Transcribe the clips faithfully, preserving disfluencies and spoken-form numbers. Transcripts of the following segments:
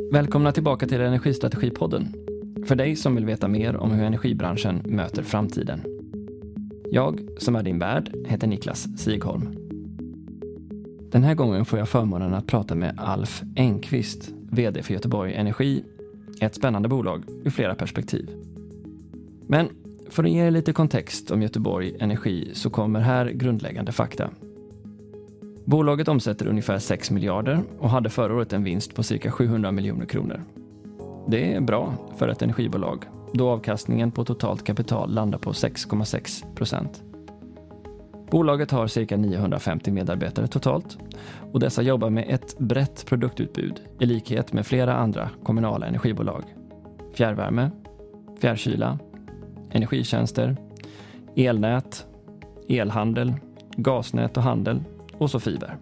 Välkomna tillbaka till Energistrategipodden. För dig som vill veta mer om hur energibranschen möter framtiden. Jag, som är din värd, heter Niklas Sigholm. Den här gången får jag förmånen att prata med Alf Engqvist, vd för Göteborg Energi, ett spännande bolag ur flera perspektiv. Men för att ge er lite kontext om Göteborg Energi så kommer här grundläggande fakta. Bolaget omsätter ungefär sex miljarder och hade förra året en vinst på cirka sjuhundra miljoner kronor. Det är bra för ett energibolag, då avkastningen på totalt kapital landar på sex komma sex procent. Bolaget har cirka niohundrafemtio medarbetare totalt och dessa jobbar med ett brett produktutbud i likhet med flera andra kommunala energibolag. Fjärrvärme, fjärrkyla, energitjänster, elnät, elhandel, gasnät och handel och så fiber.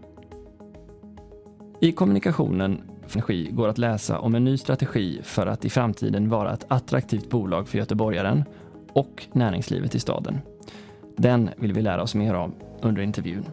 I kommunikationen för energi går att läsa om en ny strategi för att i framtiden vara ett attraktivt bolag för göteborgaren och näringslivet i staden. Den vill vi lära oss mer om under intervjun.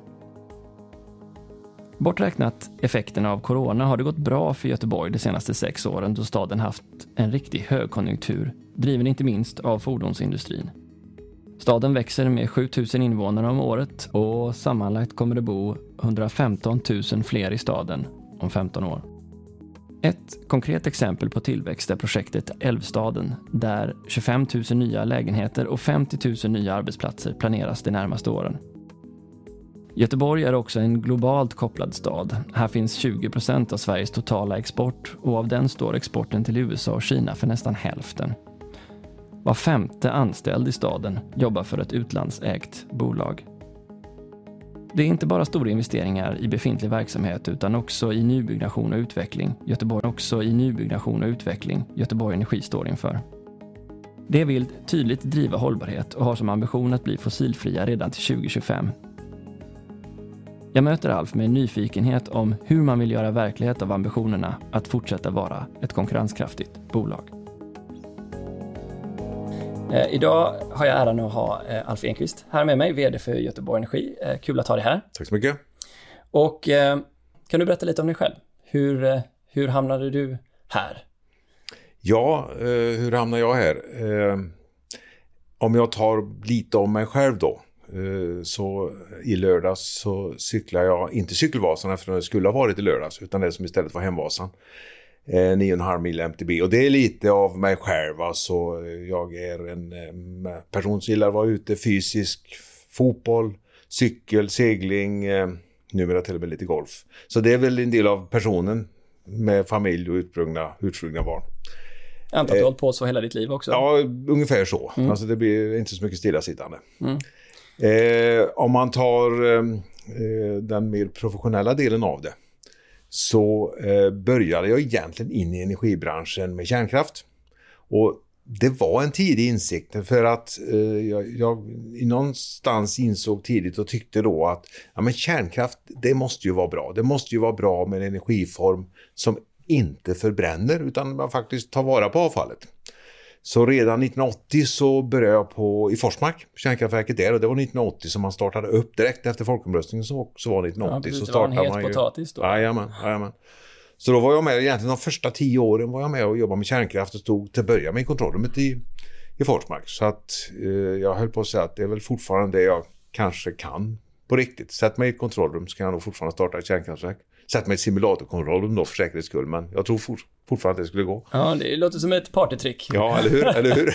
Borträknat effekterna av corona har det gått bra för Göteborg de senaste sex åren då staden haft en riktig högkonjunktur, driven inte minst av fordonsindustrin. Staden växer med sjutusen invånare om året och sammanlagt kommer det bo hundrafemton tusen fler i staden om femton år. Ett konkret exempel på tillväxt är projektet Älvstaden, där tjugofem tusen nya lägenheter och femtio tusen nya arbetsplatser planeras de närmaste åren. Göteborg är också en globalt kopplad stad. Här finns tjugo procent av Sveriges totala export och av den står exporten till U S A och Kina för nästan hälften. Var femte anställd i staden jobbar för ett utlandsägt bolag. Det är inte bara stora investeringar i befintlig verksamhet utan också i nybyggnation och utveckling. Göteborg också i nybyggnation och utveckling Göteborg Energi står inför. Det vill tydligt driva hållbarhet och har som ambition att bli fossilfria redan till tjugo tjugofem. Jag möter Alf med en nyfikenhet om hur man vill göra verklighet av ambitionerna att fortsätta vara ett konkurrenskraftigt bolag. Eh, idag har jag äran att ha eh, Alf Engqvist här med mig, vd för Göteborg Energi. Eh, kul att ha dig här. Tack så mycket. Och eh, kan du berätta lite om dig själv? Hur, eh, hur hamnade du här? Ja, eh, hur hamnade jag här? Eh, om jag tar lite om mig själv då. Eh, så i lördags så cyklar jag, inte cykelvasan eftersom det skulle ha varit i lördags, utan det som istället var hemvasan. Eh, nio komma fem mil M T B och det är lite av mig själv, alltså jag är en eh, person som gillar att vara ute fysisk, fotboll, cykel, segling, eh, numera till och med lite golf, så det är väl en del av personen med familj och utsprungna, utsprungna barn. Jag antar att du har hållit på så hela ditt liv också? Ja, ungefär så, mm. Alltså det blir inte så mycket stillasittande. Mm. eh, om man tar eh, den mer professionella delen av det, så eh, började jag egentligen in i energibranschen med kärnkraft. Och det var en tidig insikt för att eh, jag, jag någonstans insåg tidigt och tyckte då att ja, men kärnkraft, det måste ju vara bra. Det måste ju vara bra med en energiform som inte förbränner utan man faktiskt tar vara på avfallet. Så redan nittonhundraåttio så började jag på, i Forsmark, kärnkraftverket där, och det var nittonhundraåttio som man startade upp direkt efter folkomröstningen så, så var nittonhundraåttio. Ja, precis, så det var en startade het man ju, potatis då. Jajamän, jajamän. Så då var jag med, egentligen de första tio åren var jag med och jobbade med kärnkraft och stod till att börja med i kontrollrummet i, i Forsmark. Så att eh, jag höll på att säga att det är väl fortfarande det jag kanske kan på riktigt. Sätt mig i ett kontrollrum så kan jag nog fortfarande starta ett kärnkraftverk. Sätt mig i ett simulatorkontrollrum då för säkerhets skull, men jag tror for, fortfarande att det skulle gå. Ja, det låter som ett partytrick. Ja, eller hur? Eller hur?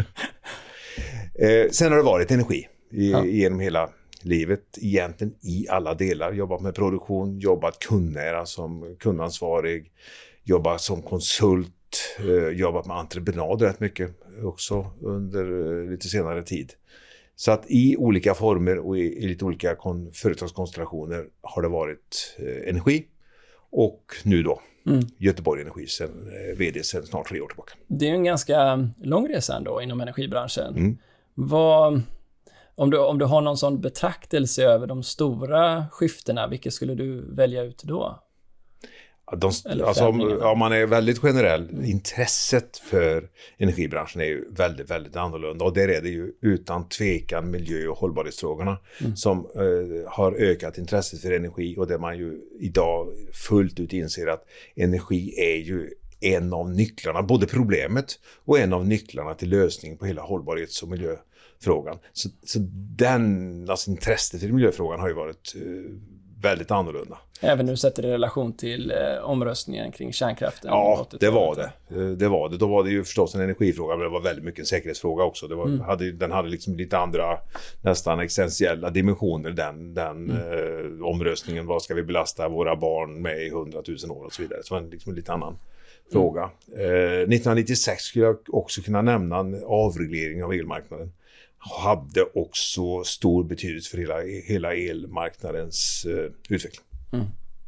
eh, sen har det varit energi i, ja. genom hela livet, egentligen i alla delar. Jobbat med produktion, jobbat kundnära som kundansvarig, jobbat som konsult, eh, jobbat med entreprenader rätt mycket också under eh, lite senare tid. Så att i olika former och i, i lite olika kon- företagskonstellationer har det varit eh, energi och nu då mm. Göteborg Energi sen, eh, vd sedan snart tre år tillbaka. Det är en ganska lång resa ändå inom energibranschen. Mm. Vad, om, du, om du har någon sån betraktelse över de stora skiftena, vilka skulle du välja ut då? De, alltså, om, om man är väldigt generell, intresset för energibranschen är ju väldigt, väldigt annorlunda. Och där är det ju utan tvekan miljö- och hållbarhetsfrågorna mm. som eh, har ökat intresset för energi. Och där man ju idag fullt ut inser att energi är ju en av nycklarna, både problemet och en av nycklarna till lösning på hela hållbarhets- och miljöfrågan. Så, så den, alltså intresset till miljöfrågan har ju varit eh, väldigt annorlunda. Även när du sätter det i relation till eh, omröstningen kring kärnkraften? Ja, det var det. det var det. Då var det ju förstås en energifråga, men det var väldigt mycket en säkerhetsfråga också. Det var, mm. hade, den hade liksom lite andra, nästan existentiella dimensioner, den, den mm. eh, omröstningen. Vad ska vi belasta våra barn med i hundratusen år och så vidare. Så det var liksom en lite annan mm. fråga. Eh, nittonhundranittiosex skulle jag också kunna nämna en avreglering av elmarknaden. Hade också stor betydelse för hela, hela elmarknadens uh, utveckling. Mm.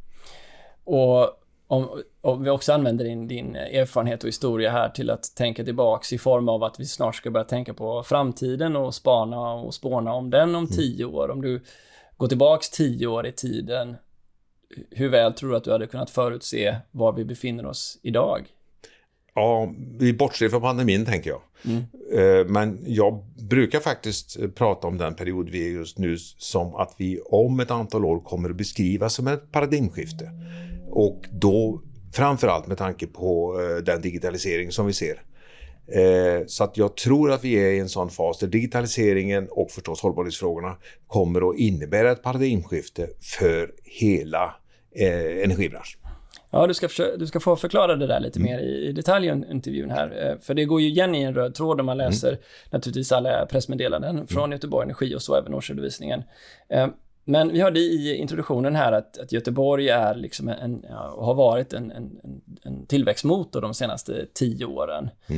Och om, om vi också använder din, din erfarenhet och historia här till att tänka tillbaks i form av att vi snart ska börja tänka på framtiden och spana och spåna om den om mm. tio år. Om du går tillbaks tio år i tiden, hur väl tror du att du hade kunnat förutse var vi befinner oss idag? Ja, vi bortser från pandemin tänker jag. Mm. Men jag brukar faktiskt prata om den period vi är just nu som att vi om ett antal år kommer att beskrivas som ett paradigmskifte. Och då framförallt med tanke på den digitalisering som vi ser. Så att jag tror att vi är i en sån fas där digitaliseringen och förstås hållbarhetsfrågorna kommer att innebära ett paradigmskifte för hela energibranschen. Ja, du ska, försöka, du ska få förklara det där lite mm. mer i, i detalj i intervjun här. För det går ju igen i en röd tråd när man läser mm. naturligtvis alla pressmeddelanden mm. från Göteborg Energi och så även årsredovisningen. Men vi hörde i introduktionen här att, att Göteborg är liksom en, ja, har varit en, en, en tillväxtmotor de senaste tio åren. Mm.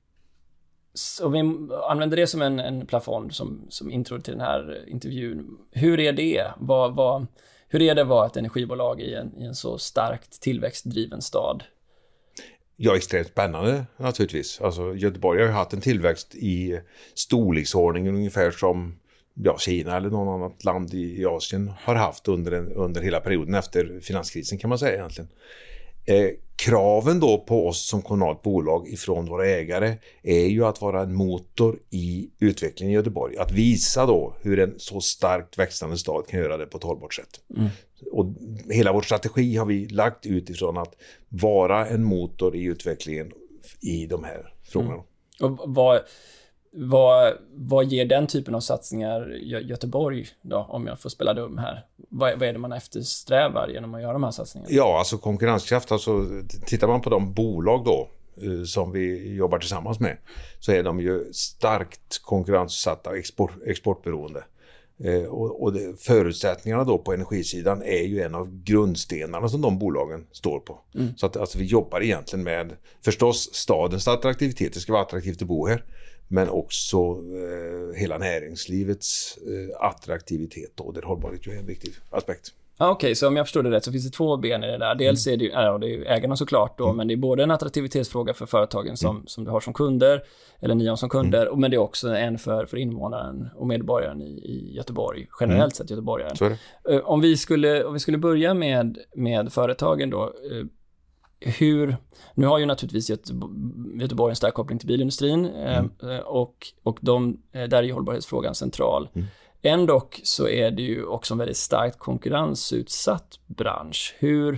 Så vi använder det som en, en plattform som, som intro till den här intervjun. Hur är det? Vad... vad Hur är det att vara ett energibolag i en, i en så starkt tillväxtdriven stad? Ja, extremt spännande naturligtvis. Alltså, Göteborg har ju haft en tillväxt i storleksordningen ungefär som ja, Kina eller någon annat land i, i Asien har haft under, en, under hela perioden efter finanskrisen kan man säga egentligen. Eh, kraven då på oss som kommunalt bolag ifrån våra ägare är ju att vara en motor i utvecklingen i Göteborg. Att visa då hur en så starkt växande stad kan göra det på ett hållbart sätt. Mm. Och hela vår strategi har vi lagt utifrån att vara en motor i utvecklingen i de här frågorna. Mm. Och vad, vad, vad ger den typen av satsningar Göteborg då, om jag får spela dum här? Vad, vad är det man eftersträvar genom att göra de här satsningarna? Ja, alltså konkurrenskraft. Alltså, tittar man på de bolag då som vi jobbar tillsammans med så är de ju starkt konkurrenssatta och export, exportberoende. Eh, och och det, förutsättningarna då på energisidan är ju en av grundstenarna som de bolagen står på. Mm. Så att alltså, vi jobbar egentligen med förstås stadens attraktivitet. Det ska vara attraktivt att bo här. Men också eh, hela näringslivets eh, attraktivitet då, där hållbarhet är en viktig aspekt. Okej, okay, så om jag förstår det rätt så finns det två ben i det där. Dels är det ju, ja, det är ju ägarna såklart då, mm. men det är både en attraktivitetsfråga för företagen som, mm. som du har som kunder, eller ni har som kunder, mm. men det är också en för, för invånaren och medborgaren i, i Göteborg, generellt mm. sett göteborgaren. Så är det. Om vi skulle, om vi skulle börja med, med företagen då, hur, nu har ju naturligtvis Göteborg, Göteborg en stark koppling till bilindustrin mm. och, och de, där är ju hållbarhetsfrågan central. Mm. Ändock så är det ju också en väldigt starkt konkurrensutsatt bransch. Hur,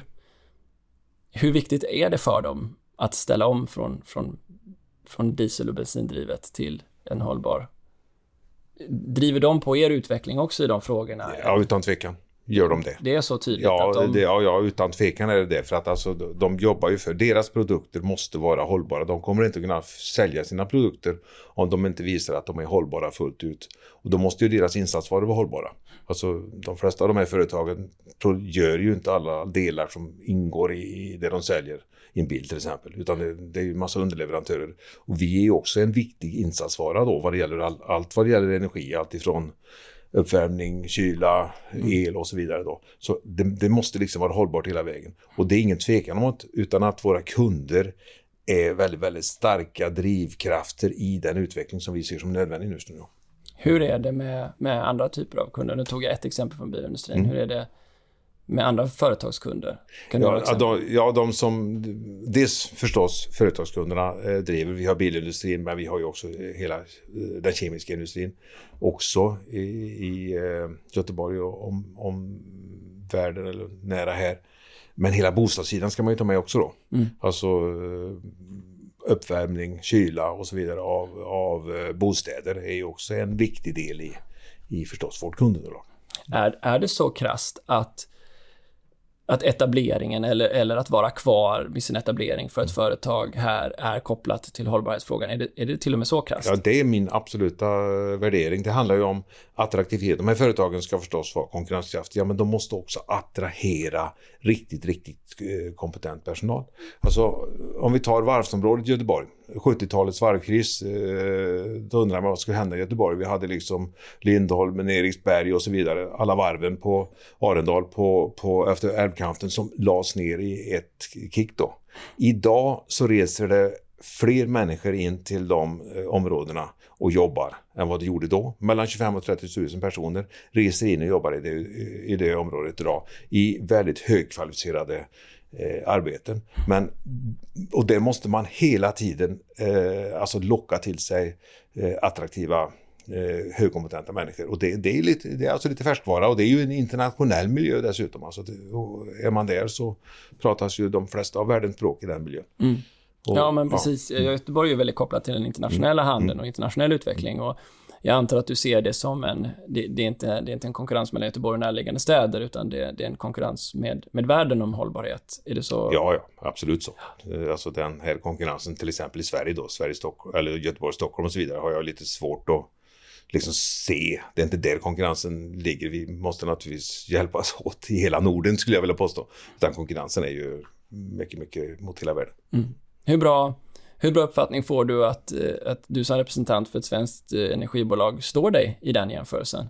hur viktigt är det för dem att ställa om från, från, från diesel- och bensindrivet till en hållbar? Driver de på er utveckling också i de frågorna? Ja, utan tvekan. Gör de det. Det är så tydligt ja, att de... Det, ja, ja, utan tvekan är det det. För att alltså, de jobbar ju för... Deras produkter måste vara hållbara. De kommer inte kunna sälja sina produkter om de inte visar att de är hållbara fullt ut. Och då måste ju deras insatsvaror vara hållbara. Alltså, de flesta av de här företagen gör ju inte alla delar som ingår i det de säljer i en bil till exempel. Utan det, det är ju en massa underleverantörer. Och vi är ju också en viktig insatsvara då vad det gäller all, allt vad det gäller energi. Allt ifrån uppvärmning, kyla, el och så vidare då. Så det, det måste liksom vara hållbart hela vägen. Och det är ingen tvekan om att, utan att våra kunder är väldigt, väldigt starka drivkrafter i den utveckling som vi ser som nödvändig just nu. Hur är det med, med andra typer av kunder? Nu tog jag ett exempel från bilindustrin. Mm. Hur är det med andra företagskunder? Kan ja, ja, de, ja, de som... Dels förstås företagskunderna eh, driver. Vi har bilindustrin, men vi har ju också hela eh, den kemiska industrin. Också i, i eh, Göteborg och om, om världen eller nära här. Men hela bostadssidan ska man ju ta med också då. Mm. Alltså uppvärmning, kyla och så vidare av, av bostäder är ju också en viktig del i, i förstås vårt kundunderlag. Är, är det så krasst att, att etableringen eller, eller att vara kvar vid sin etablering för ett mm. företag här är kopplat till hållbarhetsfrågan? Är det, är det till och med så krasst? Ja, det är min absoluta värdering. Det handlar ju om attraktivitet. De här företagen ska förstås vara konkurrenskraftiga, men de måste också attrahera riktigt, riktigt kompetent personal. Alltså, om vi tar varvsområdet i Göteborg, sjuttiotalets varvkris, då undrar man vad skulle hända i Göteborg. Vi hade liksom Lindholmen, Eriksberg och så vidare, alla varven på Arendal på, på, efter älvkanten som lades ner i ett kick då. Idag så reser det fler människor in till de eh, områdena och jobbar än vad det gjorde då. Mellan tjugofem och trettio tusen personer reser in och jobbar i det, i det området idag i väldigt högkvalificerade eh, arbeten. Men, och det måste man hela tiden eh, alltså locka till sig eh, attraktiva eh, högkompetenta människor. Och det, det, är lite, det är alltså lite färskvara och det är ju en internationell miljö dessutom. Alltså, är man där så pratas ju de flesta av världens språk i den miljön. Mm. Och, ja, men precis. Ja. Göteborg är ju väldigt kopplat till den internationella handeln mm. och internationell utveckling. Och jag antar att du ser det som en... Det, det, är, inte, det är inte en konkurrens mellan Göteborg och närliggande städer, utan det, det är en konkurrens med, med världen om hållbarhet. Är det så? Ja, ja, absolut så. Alltså den här konkurrensen till exempel i Sverige då, Sverige, Stockholm, eller Göteborg, Stockholm och så vidare, har jag lite svårt att liksom se. Det är inte där konkurrensen ligger. Vi måste naturligtvis hjälpas åt i hela Norden, skulle jag vilja påstå. Den konkurrensen är ju mycket, mycket mot hela världen. Mm. Hur bra, hur bra uppfattning får du att, att du som representant för ett svenskt energibolag står dig i den jämförelsen?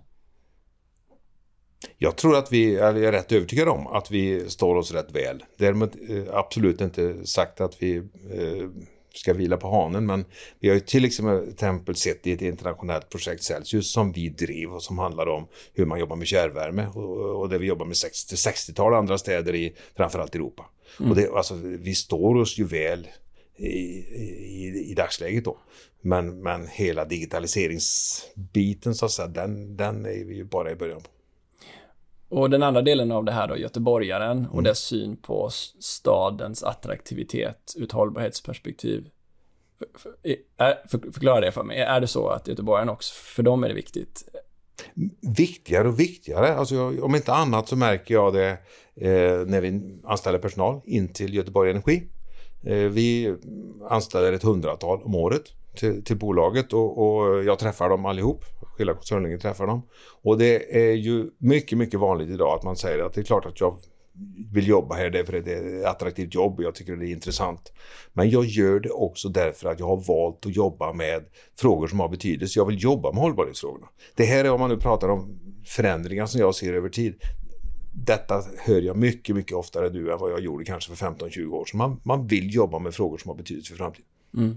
Jag tror att vi är rätt övertygade om att vi står oss rätt väl. Däremot absolut inte sagt att vi eh, ska vila på hanen, men vi har ju till exempel sett i ett internationellt projekt Celsius som vi drev och som handlar om hur man jobbar med kärvärme och, och där vi jobbar med sextio-sextiotal andra städer i framförallt Europa. Mm. Och det, alltså, vi står oss ju väl i, i, i dagsläget då. Men, men hela digitaliseringsbiten så att säga, den, den är vi ju bara i början på. Och den andra delen av det här då, göteborgaren och mm. dess syn på stadens attraktivitet ur ett hållbarhetsperspektiv. För, för, är, för, förklara det för mig. Är det så att göteborgaren också, för dem är det viktigt? Viktigare och viktigare. Alltså, om inte annat så märker jag det eh, när vi anställer personal in till Göteborg Energi. Eh, vi anställer ett hundratal om året till, till bolaget och, och jag träffar dem allihop. Hela koncernledningen träffar dem. Och det är ju mycket, mycket vanligt idag att man säger att det är klart att jag vill jobba här därför att det är ett attraktivt jobb och jag tycker det är intressant. Men jag gör det också därför att jag har valt att jobba med frågor som har betydelse. Jag vill jobba med hållbarhetsfrågorna. Det här är, om man nu pratar om förändringar som jag ser över tid, detta hör jag mycket, mycket oftare nu än vad jag gjorde kanske för femton tjugo år sedan. Man, man vill jobba med frågor som har betydelse för framtiden. Mm.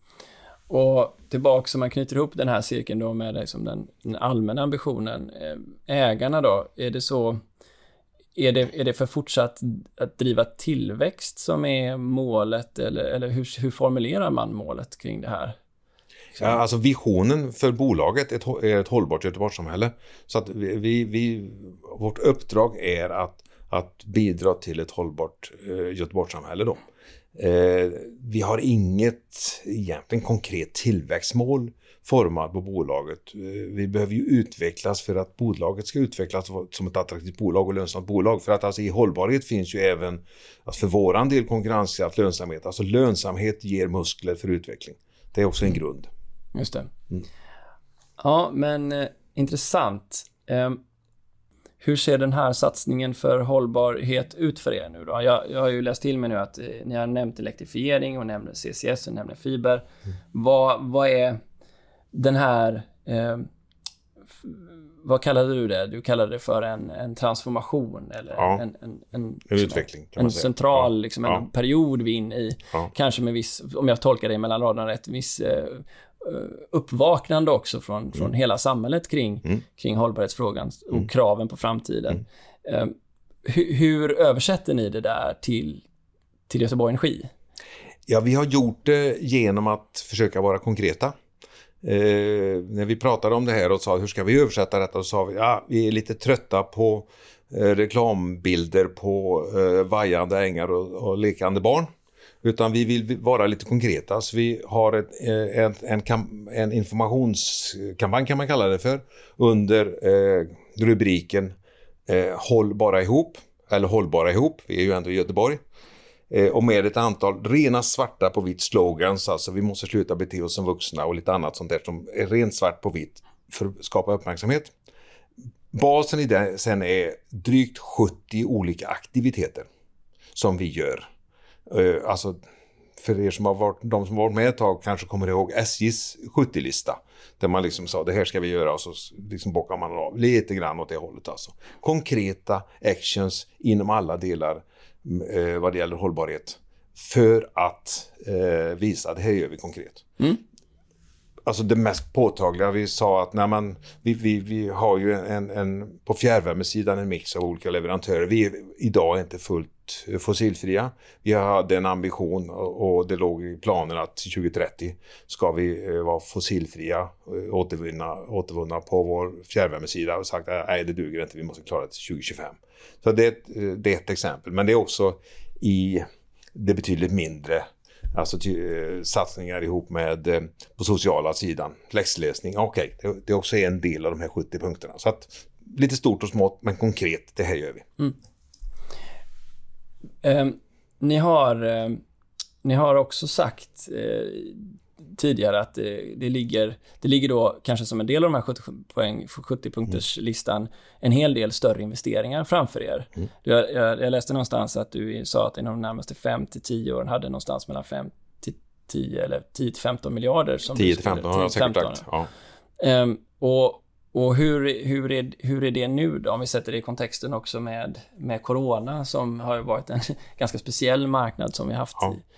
Och tillbaka så man knyter ihop den här cirkeln då med liksom den, den allmänna ambitionen. Ägarna då, är det så... Är det, är det för fortsatt att driva tillväxt som är målet eller, eller hur, hur formulerar man målet kring det här? Ja, alltså visionen för bolaget är ett hållbart Göteborgssamhälle. Så att vi, vi, vårt uppdrag är att, att bidra till ett hållbart eh, Göteborgssamhälle då. Eh, vi har inget egentligen konkret tillväxtmål formad på bolaget. Vi behöver ju utvecklas för att bolaget ska utvecklas som ett attraktivt bolag och lönsamt bolag. För att alltså i hållbarhet finns ju även alltså för våran del konkurrenskraft, lönsamhet. Alltså lönsamhet ger muskler för utveckling. Det är också en grund. Just det. Mm. Ja, men eh, intressant. Eh, hur ser den här satsningen för hållbarhet ut för er nu då? Jag, jag har ju läst till mig nu att eh, ni har nämnt elektrifiering och nämnt C C S och nämnt fiber. Mm. Vad, vad är den här, eh, f- vad kallade du det? Du kallade det för en, en transformation eller ja, en, en, en, en utveckling. Kan en man säga. central, ja. liksom en ja. period vi är inne i. Ja. Kanske med viss, om jag tolkar det mellan raderna rätt, viss eh, uppvaknande också från, mm. från hela samhället kring, mm. kring hållbarhetsfrågan och mm. kraven på framtiden. Mm. Eh, hur, hur översätter ni det där till, till Göteborg Energi? Ja, vi har gjort det genom att försöka vara konkreta. Eh, när vi pratade om det här och sa hur ska vi översätta detta, så sa vi ja, vi är lite trötta på eh, reklambilder på eh, vajande ängar och, och lekande barn. Utan vi vill vara lite konkreta. Så vi har ett, en, en, kam, en informationskampanj kan man kalla det för. Under eh, rubriken eh, Håll bara ihop. Eller Hållbara ihop. Vi är ju ändå i Göteborg. Eh, och med ett antal rena svarta på vitt slogans. Alltså vi måste sluta bete oss som vuxna och lite annat sånt där som är rent svart på vitt. För att skapa uppmärksamhet. Basen i det sen är drygt sjuttio olika aktiviteter som vi gör. Uh, alltså för er som har varit, de som har varit med ett tag kanske kommer ihåg S J:s sjuttio-lista. Där man liksom sa det här ska vi göra och så liksom bockar man av lite grann åt det hållet alltså. Konkreta actions inom alla delar uh, vad det gäller hållbarhet. För att uh, visa att det här gör vi konkret. Mm. Alltså det mest påtagliga, vi sa att när man, vi, vi, vi har ju en, en, på fjärrvärmesidan en mix av olika leverantörer. Vi är idag inte fullt fossilfria. Vi hade en ambition och, och det låg i planerna att till tjugo trettio ska vi eh, vara fossilfria, eh, återvinna, återvunna på vår fjärrvärmesida och sagt att nej det duger inte, vi måste klara det till tjugo tjugofem. Så det, det är ett exempel, men det är också i det betydligt mindre. Alltså till, satsningar ihop med eh, på sociala sidan, läxläsning, okej, okay, det, det är också en del av de här sjuttio punkterna. Så att lite stort och smått, men konkret, det här gör vi. Mm. Eh, ni, har, eh, ni har också sagt eh, tidigare att det, det, ligger, det ligger då kanske som en del av de här sjuttio poäng, sjuttio punkters mm. listan en hel del större investeringar framför er. Mm. Jag, jag, jag läste någonstans att du sa att inom de närmaste fem till tio åren hade någonstans mellan fem till tio eller tio till femton miljarder. Som tio till femton har jag säkert sagt. Ja. Um, och och hur, hur, är, hur är det nu då? Om vi sätter det i kontexten också med, med corona som har varit en ganska speciell marknad som vi haft ja. i.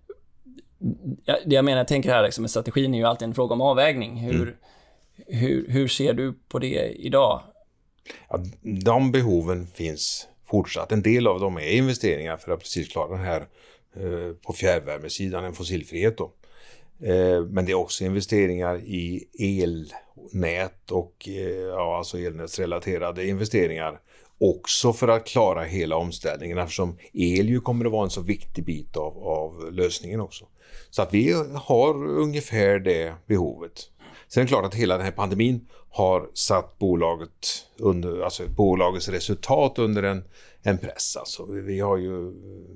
Ja, det jag menar, jag tänker här liksom, strategin är ju alltid en fråga om avvägning. Hur, mm. hur, hur ser du på det idag? Ja, de behoven finns fortsatt. En del av dem är investeringar för att precis klara den här eh, på fjärrvärmesidan, en fossilfrihet då. Eh, men det är också investeringar i elnät och eh, ja, alltså elnätsrelaterade investeringar. Också för att klara hela omställningen eftersom el ju kommer att vara en så viktig bit av, av lösningen också. Så att vi har ungefär det behovet. Sen är det klart att hela den här pandemin har satt bolaget under, alltså bolagets resultat under en, en press. Alltså vi har ju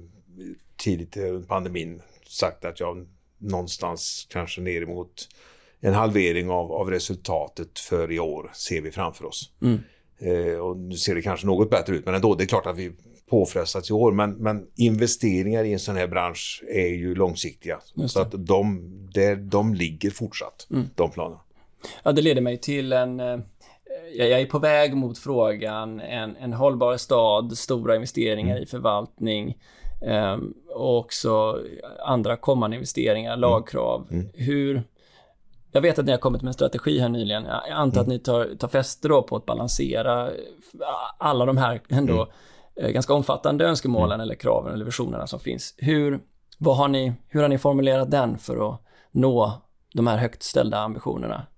tidigt i pandemin sagt att jag någonstans kanske ner emot en halvering av, av resultatet för i år ser vi framför oss. Mm. Eh, och nu ser det kanske något bättre ut men ändå, det är klart att vi påfrestats i år men, men investeringar i en sån här bransch är ju långsiktiga så att de, där, de ligger fortsatt mm. de planerna. Ja, det leder mig till en eh, jag är på väg mot frågan en, en hållbar stad, stora investeringar mm. i förvaltning eh, och också andra kommande investeringar, lagkrav. Mm. Mm. Hur Jag vet att ni har kommit med en strategi här nyligen. Jag antar mm. att ni tar, tar fäste då på att balansera alla de här ändå mm. ganska omfattande önskemålen mm. eller kraven eller visionerna som finns. Hur, vad har ni, hur har ni formulerat den för att nå de här högt ställda ambitionerna?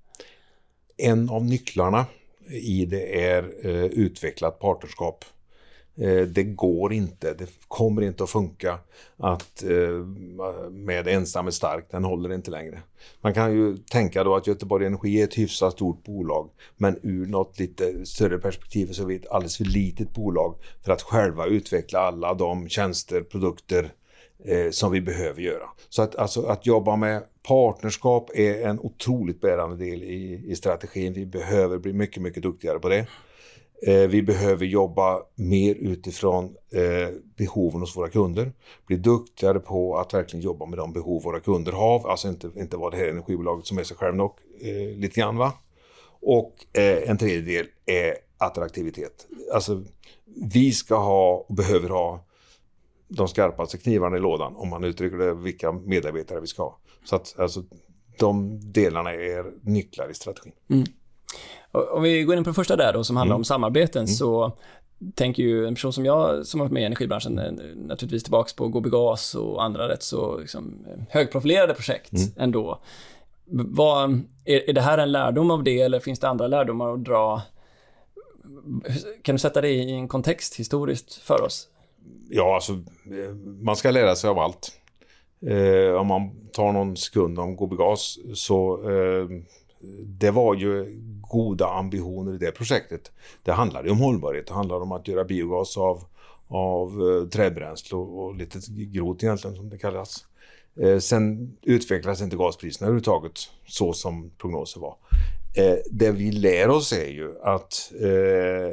En av nycklarna i det är eh, utvecklat partnerskap. Det går inte, det kommer inte att funka att med ensam är stark, den håller inte längre. Man kan ju tänka då att Göteborg Energi är ett hyfsat stort bolag, men ur något lite större perspektiv så är vi ett alldeles för litet bolag för att själva utveckla alla de tjänster, produkter eh, som vi behöver göra. Så att, alltså, att jobba med partnerskap är en otroligt bärande del i, i strategin. Vi behöver bli mycket, mycket duktigare på det. Vi behöver jobba mer utifrån eh, behoven hos våra kunder. Bli duktigare på att verkligen jobba med de behov våra kunder har. Alltså inte, inte vara det här energibolaget som är sig själv nog eh, lite grann va. Och eh, en tredje del är attraktivitet. Alltså vi ska ha och behöver ha de skarpaste knivarna i lådan om man uttrycker det, vilka medarbetare vi ska ha. Så att alltså, de delarna är nycklar i strategin. Mm. Om vi går in på det första där då som handlar mm. om samarbeten mm. så tänker ju en person som jag som har varit med i energibranschen naturligtvis tillbaka på G B Gas och andra rätt så liksom, högprofilerade projekt mm. ändå. Vad, är, är det här en lärdom av det eller finns det andra lärdomar att dra Kan du sätta det i en kontext historiskt för oss? Ja, alltså man ska lära sig av allt. Eh, om man tar någon sekund om G B Gas så eh, det var ju goda ambitioner i det projektet. Det handlade om hållbarhet, det handlade om att göra biogas av, av eh, träbränsle och, och lite grot egentligen som det kallas. Eh, sen utvecklades inte gaspriserna överhuvudtaget så som prognoser var. Eh, det vi lär oss är ju att eh,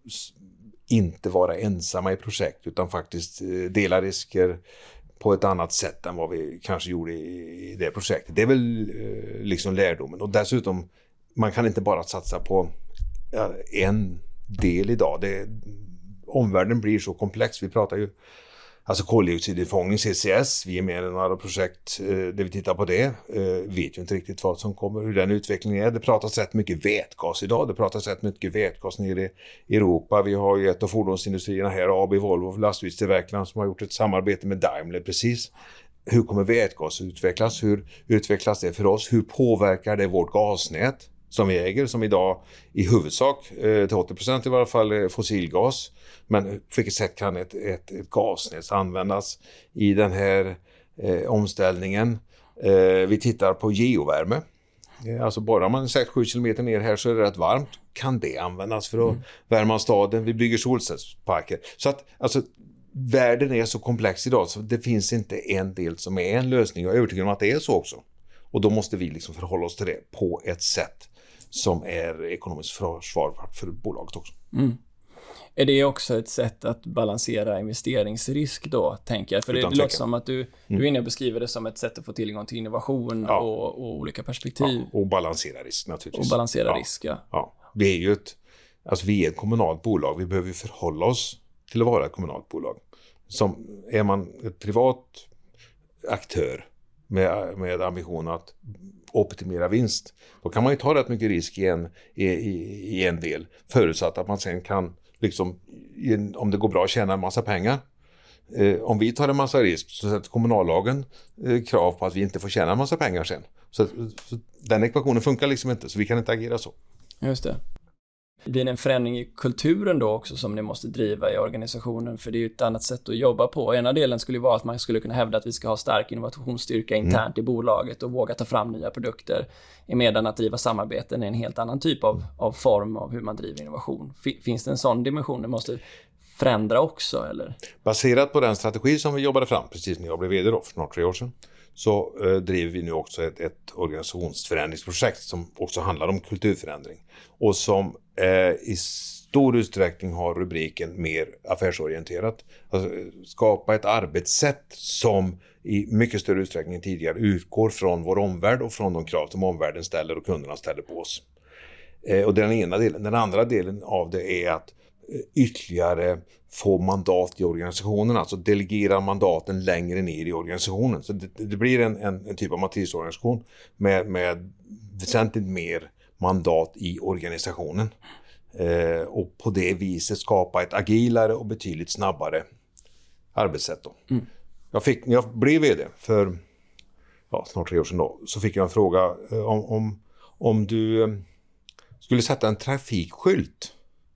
inte vara ensamma i projekt utan faktiskt eh, dela risker på ett annat sätt än vad vi kanske gjorde i, i det projektet. Det är väl eh, liksom lärdomen. Och dessutom, man kan inte bara satsa på ja, en del idag. Det, omvärlden blir så komplex. Vi pratar ju alltså koldioxidinfångning, C C S. Vi är med i några projekt eh, där vi tittar på det. Eh, vet ju inte riktigt vad som kommer, hur den utvecklingen är. Det pratas rätt mycket vätgas idag. Det pratas rätt mycket vätgas nere i Europa. Vi har ju ett av fordonsindustrierna här, A B Volvo, lastbilstillverkaren som har gjort ett samarbete med Daimler precis. Hur kommer vätgas utvecklas? Hur utvecklas det för oss? Hur påverkar det vårt gasnät som vi äger, som idag i huvudsak eh, till åttio procent i varje fall är fossilgas. Men på vilket sätt kan ett, ett, ett gasnät användas i den här eh, omställningen? Eh, vi tittar på geovärme. Eh, alltså bara man sex sju kilometer ner här så är det rätt varmt. Kan det användas för att mm. värma staden? Vi bygger solcellsparker. Så att alltså, världen är så komplex idag så det finns inte en del som är en lösning. Jag är övertygad om att det är så också. Och då måste vi liksom förhålla oss till det på ett sätt som är ekonomiskt försvarbart för bolaget också. Mm. Är det också ett sätt att balansera investeringsrisk då, tänker jag? För det, det låter som att du, mm. du är inne och beskriver det som ett sätt att få tillgång till innovation ja. och, och olika perspektiv. Ja, och balansera risk naturligtvis. Och balansera ja. risk, ja. ja. Vi är ju ett, alltså vi är ett kommunalt bolag. Vi behöver förhålla oss till att vara ett kommunalt bolag. Som är man ett privat aktör med, med ambition att optimera vinst, då kan man ju ta rätt mycket risk i en, i, i en del, förutsatt att man sen kan liksom, om det går bra, tjäna en massa pengar. Eh, om vi tar en massa risk så sätter kommunallagen eh, krav på att vi inte får tjäna en massa pengar sen. Så, så den ekvationen funkar liksom inte, så vi kan inte agera så. Just det. Blir det en förändring i kulturen då också som ni måste driva i organisationen? För det är ju ett annat sätt att jobba på. Ena delen skulle vara att man skulle kunna hävda att vi ska ha stark innovationsstyrka internt mm. i bolaget och våga ta fram nya produkter. Medan att driva samarbeten är en helt annan typ av, av form av hur man driver innovation. Finns det en sån dimension det måste förändra också? Eller? Baserat på den strategi som vi jobbade fram precis när jag blev vd då, för snart tre år sedan, så eh, driver vi nu också ett, ett organisationsförändringsprojekt som också handlar om kulturförändring. Och som eh, i stor utsträckning har rubriken mer affärsorienterat. Alltså, skapa ett arbetssätt som i mycket större utsträckning än tidigare utgår från vår omvärld och från de krav som omvärlden ställer och kunderna ställer på oss. Eh, och den ena delen. Den andra delen av det är att eh, ytterligare få mandat i organisationen, alltså delegera mandaten längre ner i organisationen. Så det, det blir en, en, en typ av matrisorganisation med, med väsentligt mer mandat i organisationen. Eh, och på det viset skapa ett agilare och betydligt snabbare arbetssätt. Då. Mm. Jag fick, när jag blev vd för ja, snart tre år sedan då, så fick jag en fråga eh, om, om, om du eh, skulle sätta en trafikskylt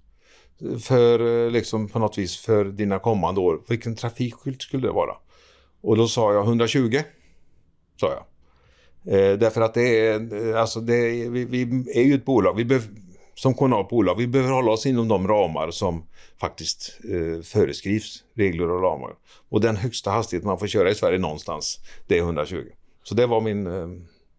för liksom på något vis för dina kommande år. Vilken trafikskylt skulle det vara? Och då sa jag hundratjugo, sa jag. Eh, därför att det är, alltså det är, vi, vi är ju ett bolag, vi behöver, som kommunalt bolag, vi behöver hålla oss inom de ramar som faktiskt eh, föreskrivs, regler och ramar. Och den högsta hastighet man får köra i Sverige någonstans, det är hundratjugo. Så det var min, eh,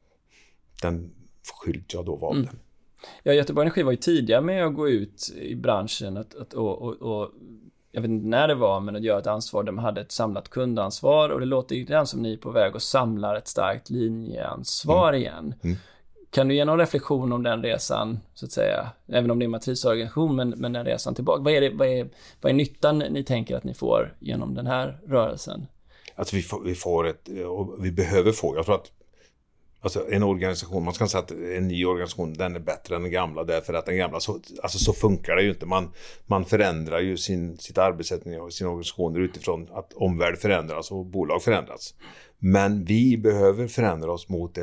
den skylt jag då valde. Mm. Ja, Göteborg Energi var ju tidiga med att gå ut i branschen att, att, och, och, och jag vet inte när det var, men att göra ett ansvar där man hade ett samlat kundansvar, och det låter ju redan som ni är på väg och samlar ett starkt linjeansvar mm. igen. Mm. Kan du ge någon reflektion om den resan, så att säga, även om det är en matrisorganisation, men, men den resan tillbaka? Vad är, det, vad, är, vad är nyttan ni tänker att ni får genom den här rörelsen? Alltså vi får, vi får ett, och vi behöver få, jag tror att alltså en organisation, man ska säga att en ny organisation, den är bättre än den gamla, därför att den gamla, så, alltså så funkar det ju inte. Man, man förändrar ju sin, sitt arbetssätt och sina organisationer utifrån att omvärld förändras och bolag förändras. Men vi behöver förändra oss mot ett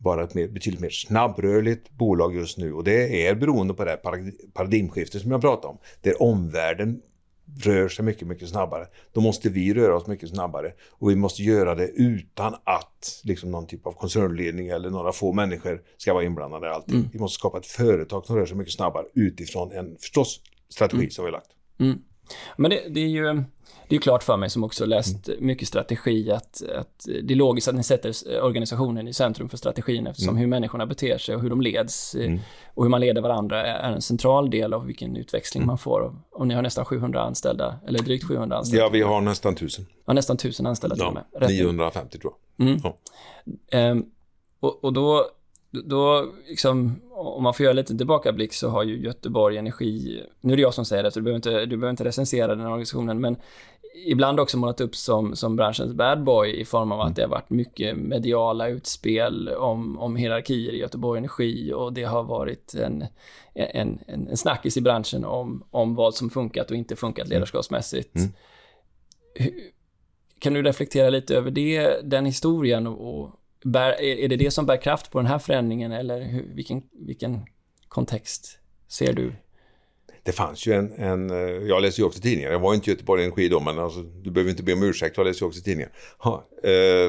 vara ett mer, betydligt mer snabbrörligt bolag just nu. Och det är beroende på det här paradigmskiftet som jag pratade om. Där omvärlden rör sig mycket, mycket snabbare. Då måste vi röra oss mycket snabbare. Och vi måste göra det utan att liksom någon typ av koncernledning eller några få människor ska vara inblandade i allting. Mm. Vi måste skapa ett företag som rör sig mycket snabbare utifrån en förstås strategi mm. som vi har lagt. Mm. Men det, det är ju det är klart för mig som också läst mm. mycket strategi att, att det är logiskt att ni sätter organisationen i centrum för strategin eftersom mm. hur människorna beter sig och hur de leds mm. och hur man leder varandra är en central del av vilken utväxling mm. man får. Och, och ni har nästan sjuhundra anställda, eller drygt sjuhundra anställda. Ja, vi har nästan tusen. Ja, nästan tusen anställda till och med. Ja, niohundrafemtio tror jag. Mm. Ja. Ehm, och, och då Då, liksom, om man får göra lite tillbakablick så har ju Göteborg Energi, nu är det jag som säger det så du behöver inte, du behöver inte recensera den organisationen, men ibland också målat upp som, som branschens bad boy i form av att det har varit mycket mediala utspel om, om hierarkier i Göteborg Energi och det har varit en, en, en, en snackis i branschen om, om vad som funkat och inte funkat ledarskapsmässigt. Mm. Kan du reflektera lite över det, den historien och, och Bär, är det det som bär kraft på den här förändringen eller hur, vilken, vilken kontext ser du? Det fanns ju en, en jag läser ju också tidningar, jag var inte i Göteborg Energi då men alltså, du behöver inte be om ursäkt, jag läser ju också tidningar. Ha, eh,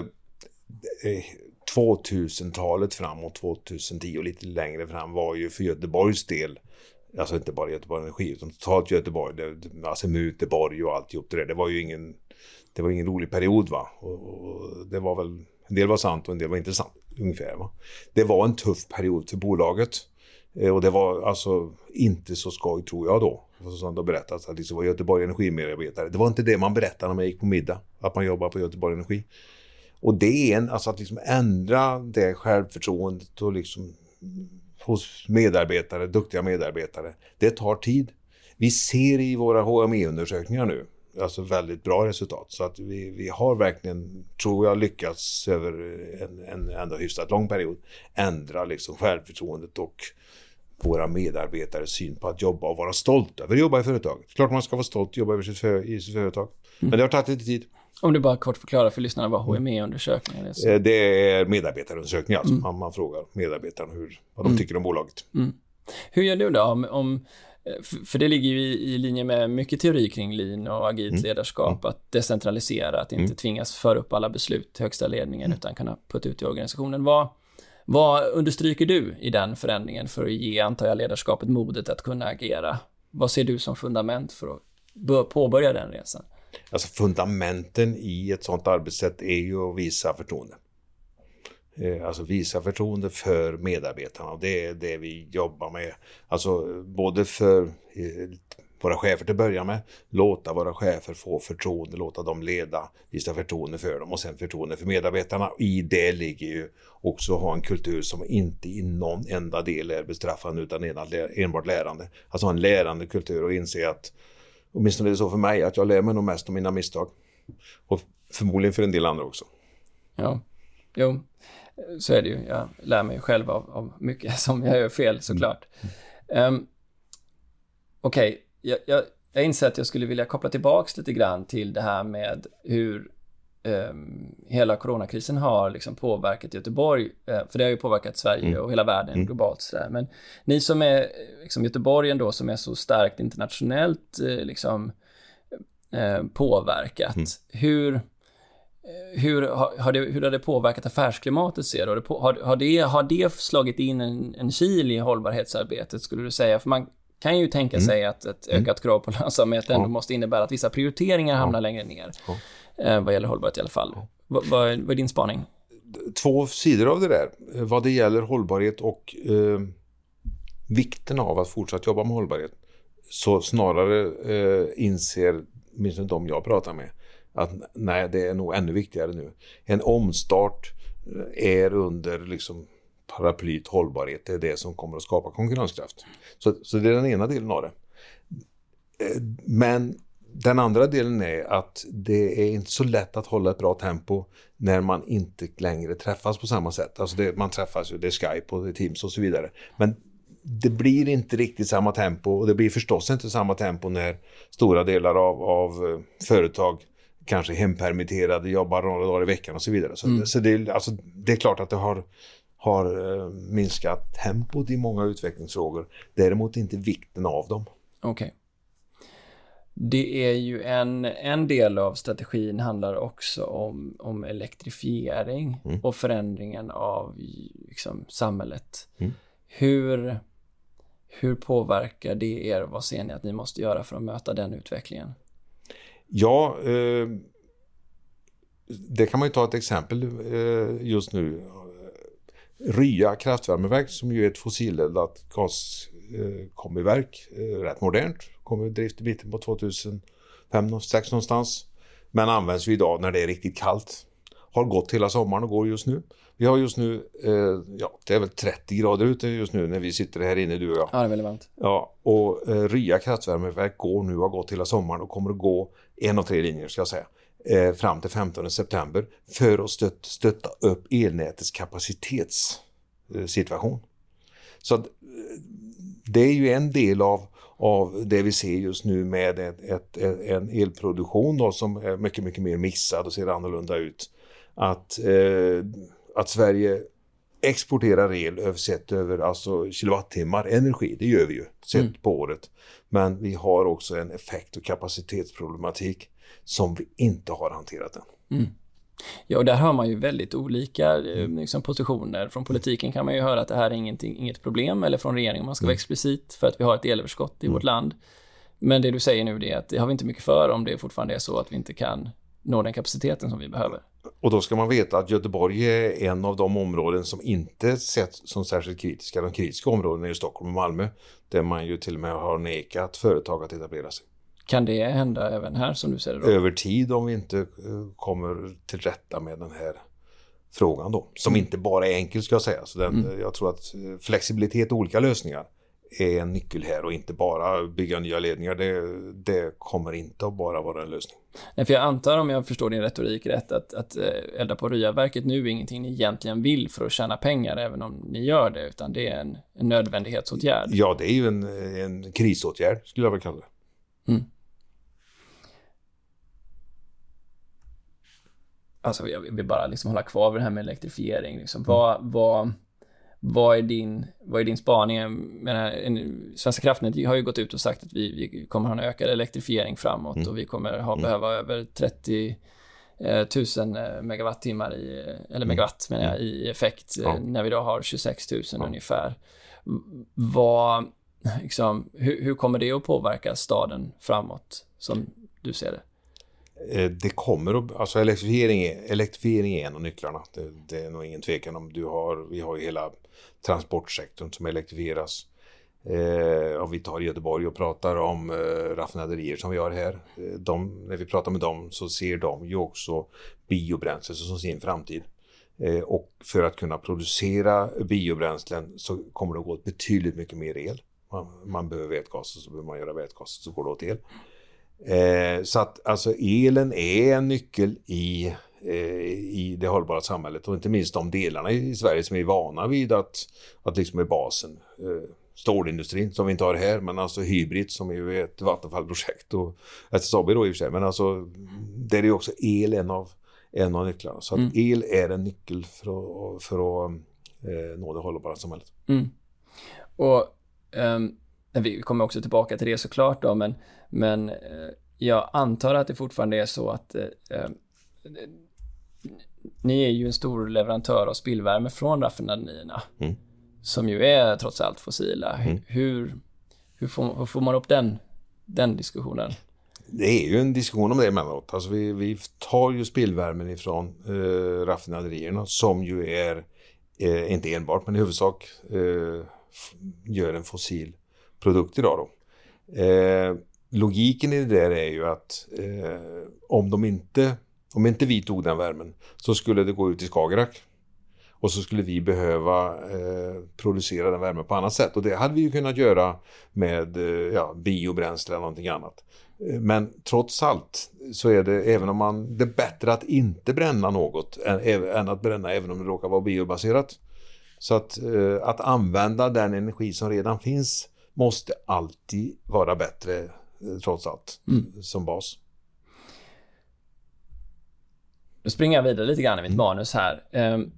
tvåtusentalet framåt, tjugohundratio och lite längre fram var ju för Göteborgs del, alltså inte bara Göteborg Energi utan totalt Göteborg, det, alltså Muteborg och alltihop det där, det var ju ingen, det var ingen rolig period va, och, och det var väl en del var sant och en del var intressant ungefär va. Det var en tuff period för bolaget eh, och det var alltså inte så skoj tror jag då. Som det har berättats att det var Göteborg Energi-medarbetare. Det var inte det man berättade när man gick på middag, att man jobbar på Göteborg Energi. Och det är en, alltså att liksom ändra det självförtroendet och liksom hos medarbetare, duktiga medarbetare. Det tar tid. Vi ser i våra H M E-undersökningar nu alltså väldigt bra resultat. Så att vi, vi har verkligen, tror jag, lyckats över en, en ändå hyfsat lång period ändra liksom självförtroendet och våra medarbetares syn på att jobba och vara stolt över att jobba i företaget. Klart man ska vara stolt att jobba över sitt, för, i sitt företag. Men det har tagit lite tid. Om du bara kort förklarar för lyssnarna vad H M E-undersökningar är. Så. Det är medarbetarundersökningar. Alltså. Mm. Man, man frågar medarbetarna hur, vad de mm. tycker om bolaget. Mm. Hur gör du då om... om för det ligger ju i, i linje med mycket teori kring lean och agilt mm. ledarskap, mm. att decentralisera, att inte mm. tvingas föra upp alla beslut till högsta ledningen mm. utan kunna putta ut i organisationen. Vad, vad understryker du i den förändringen för att ge, antar jag, ledarskapet modet att kunna agera? Vad ser du som fundament för att påbörja den resan? Alltså fundamenten i ett sådant arbetssätt är ju att visa förtroende. Alltså visa förtroende för medarbetarna och det är det vi jobbar med. Alltså både för våra chefer till att börja med, låta våra chefer få förtroende, låta dem leda, visa förtroende för dem och sen förtroende för medarbetarna. I det ligger ju också ha en kultur som inte i någon enda del är bestraffande utan enbart lärande. Alltså ha en lärande kultur och inse att, åtminstone är det så för mig, att jag lär mig nog mest om mina misstag. Och förmodligen för en del andra också. Ja, jo. Så är det ju. Jag lär mig själv av, av mycket som jag gör fel såklart. Mm. Um, Okej, okay. jag, jag, jag inser att jag skulle vilja koppla tillbaks lite grann till det här med hur um, hela coronakrisen har liksom påverkat Göteborg. Uh, för det har ju påverkat Sverige mm. och hela världen mm. globalt. Sådär. Men ni som är liksom Göteborg ändå, som är så starkt internationellt uh, liksom, uh, påverkat. Mm. Hur... Hur har, det, hur har det påverkat affärsklimatet ser du? Har, har, det, har det slagit in en, en kil i hållbarhetsarbetet skulle du säga? För man kan ju tänka mm. sig att ett ökat krav på lönsamhet ändå ja. måste innebära att vissa prioriteringar hamnar ja. längre ner. Ja. Eh, vad gäller hållbarhet i alla fall. Ja. Va, vad, vad är din spaning? Två sidor av det där. Vad det gäller hållbarhet och eh, vikten av att fortsätta jobba med hållbarhet. Så snarare eh, inser minst de jag pratar med att nej, det är nog ännu viktigare nu. En omstart är under liksom paraplyt hållbarhet. Det är det som kommer att skapa konkurrenskraft. Så, så det är den ena delen av det. Men den andra delen är att det är inte så lätt att hålla ett bra tempo när man inte längre träffas på samma sätt. Alltså det, man träffas ju, det är Skype och det är Teams och så vidare. Men det blir inte riktigt samma tempo och det blir förstås inte samma tempo när stora delar av, av företag kanske hempermitterade, jobbar några dagar i veckan och så vidare. Så, mm. så det, alltså, det är klart att det har, har eh, minskat tempot i många utvecklingsfrågor. Däremot inte vikten av dem. Okej. Okay. Det är ju en, en del av strategin handlar också om, om elektrifiering mm. och förändringen av liksom, samhället. Mm. Hur, hur påverkar det er? Vad ser ni att ni måste göra för att möta den utvecklingen? Ja, eh, det kan man ju ta ett exempel eh, just nu. Rya kraftvärmeverk som ju är ett fossileldat gaskombiverk, eh, rätt modernt, kommer i drift i mitten på tjugohundrafem tjugohundrasex någonstans, men används ju idag när det är riktigt kallt. Har gått hela sommaren och går just nu. Vi har just nu, eh, ja det är väl trettio grader ute just nu när vi sitter här inne du och jag. Ja, det är väldigt varmt. Ja, och eh, Rya kraftvärmeverk går nu och har gått hela sommaren och kommer att gå en av tre linjer ska jag säga. Eh, fram till femtonde september för att stött, stötta upp elnätets kapacitetssituation. Eh, Så att, eh, det är ju en del av, av det vi ser just nu med ett, ett, en elproduktion då, som är mycket, mycket mer mixad och ser annorlunda ut. Att, eh, att Sverige exporterar el översett över alltså kilowattimmar energi, det gör vi ju sett mm. på året. Men vi har också en effekt- och kapacitetsproblematik som vi inte har hanterat än. Mm. Ja, och där har man ju väldigt olika liksom, positioner. Från politiken kan man ju höra att det här är ingenting, inget problem, eller från regeringen man ska mm. vara explicit för att vi har ett elöverskott i mm. vårt land. Men det du säger nu är att det har vi inte mycket för om det fortfarande är så att vi inte kan nå den kapaciteten som vi behöver. Och då ska man veta att Göteborg är en av de områden som inte setts som särskilt kritiska. De kritiska områdena är ju Stockholm och Malmö, där man ju till och med har nekat företag att etablera sig. Kan det hända även här som du säger då? Över tid om vi inte kommer till rätta med den här frågan då. Som mm. inte bara är enkel ska jag säga. Så den, mm. jag tror att flexibilitet och olika lösningar är en nyckel här och inte bara bygga nya ledningar. Det, det kommer inte att bara vara en lösning. Nej, för jag antar om jag förstår din retorik rätt att, att elda på Ryaverket nu är ingenting ni egentligen vill för att tjäna pengar även om ni gör det, utan det är en, en nödvändighetsåtgärd. Ja, det är ju en, en krisåtgärd skulle jag väl kalla det. Mm. Alltså jag vill bara liksom hålla kvar vid det här med elektrifiering. Liksom. Mm. Vad, vad, vad, är din, vad är din spaning? Menar, en, Svenska kraftnät har ju gått ut och sagt att vi, vi kommer ha en ökad elektrifiering framåt mm. och vi kommer ha, mm. behöva över trettio tusen megawattimmar i, eller megawatt menar jag, i effekt ja. när vi då har tjugosex tusen ja. ungefär. Vad, liksom, hur, hur kommer det att påverka staden framåt som du ser det? Det kommer att, alltså elektrifiering är, elektrifiering är en av nycklarna. Det, det är nog ingen tvekan om. Du har, vi har ju hela transportsektorn som elektrifieras. Eh, om vi tar Göteborg och pratar om eh, raffinaderier som vi har här. De, när vi pratar med dem så ser de ju också biobränsle som sin framtid. Eh, och för att kunna producera biobränslen så kommer det att gå betydligt mycket mer el. Man, man behöver vätgas och så behöver man göra vätgas så går det åt el. Eh, så att alltså elen är en nyckel i, eh, i det hållbara samhället och inte minst de delarna i Sverige som är vana vid att, att liksom är basen. Eh, stålindustrin som vi inte har här, men alltså hybrid som är ju ett vattenfallprojekt och S S A B då i och för sig, men alltså där är också el en av, en av nycklarna. Så att mm. el är en nyckel för att, för att eh, nå det hållbara samhället. Mm. Och um... vi kommer också tillbaka till det såklart då, men, men eh, jag antar att det fortfarande är så att eh, ni är ju en stor leverantör av spillvärme från raffinaderierna mm. som ju är trots allt fossila. Mm. Hur, hur, får, hur får man upp den, den diskussionen? Det är ju en diskussion om det emellanåt. Alltså vi, vi tar ju spillvärmen ifrån eh, raffinaderierna som ju är, eh, inte enbart men i huvudsak eh, gör en fossil produkt idag då. Eh, logiken i det där är ju att eh, om de inte om inte vi tog den värmen så skulle det gå ut i Skagerrak och så skulle vi behöva eh, producera den värmen på annat sätt och det hade vi ju kunnat göra med eh, ja, biobränsle eller någonting annat. Eh, men trots allt så är det, även om man, det är bättre att inte bränna något än, än att bränna även om det råkar vara biobaserat. Så att, eh, att använda den energi som redan finns måste alltid vara bättre trots allt mm. som bas. Nu springer jag vidare lite grann i mitt mm. manus här. Ehm,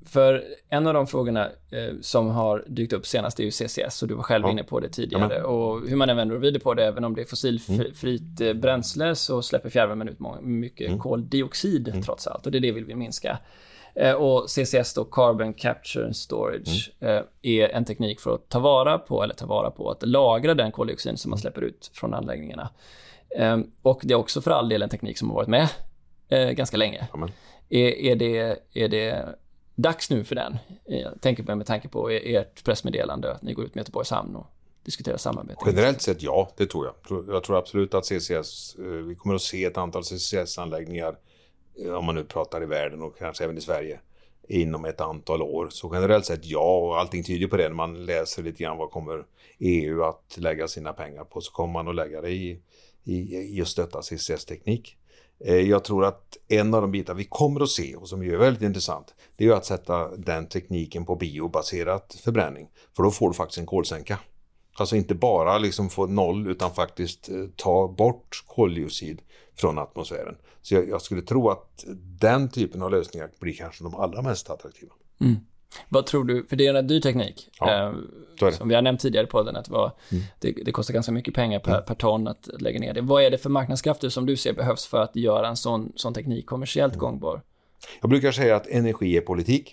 För en av de frågorna eh, som har dykt upp senast är ju C C S, och du var själv ja. inne på det tidigare. Ja, och hur man än vänder och vrider på det, även om det är fossilfritt mm. bränsle, så släpper fjärrvärmen ut mycket mm. koldioxid mm. trots allt, och det är det vill vi minska. Eh, och C C S då, Carbon Capture and Storage, mm. eh, är en teknik för att ta vara på, eller ta vara på att lagra den koldioxid som man släpper ut från anläggningarna. Eh, och det är också för all del en teknik som har varit med eh, ganska länge. Amen. Är, är, det, är det dags nu för den? Jag tänker på med tanke på ert pressmeddelande att ni går ut med Göteborgs hamn och diskuterar samarbete. Generellt sett ja, det tror jag. Jag tror absolut att C C S, vi kommer att se ett antal C C S-anläggningar, om man nu pratar i världen och kanske även i Sverige, inom ett antal år. Så generellt sett ja, och allting tyder på det. När man läser lite grann vad kommer E U att lägga sina pengar på, så kommer man att lägga det i, i, i att stötta C C S-teknik. Jag tror att en av de bitar vi kommer att se, och som är väldigt intressant, det är ju att sätta den tekniken på biobaserat förbränning. För då får du faktiskt en kolsänka. Alltså inte bara liksom få noll, utan faktiskt ta bort koldioxid från atmosfären. Så jag, jag skulle tro att den typen av lösningar blir kanske de allra mest attraktiva. Mm. Vad tror du, för det är en dyr teknik, ja, eh, som vi har nämnt tidigare på den, att vad, mm. det, det kostar ganska mycket pengar per, mm. per ton att lägga ner det. Vad är det för marknadskrafter som du ser behövs för att göra en sån, sån teknik kommersiellt mm. gångbar? Jag brukar säga att energi är politik.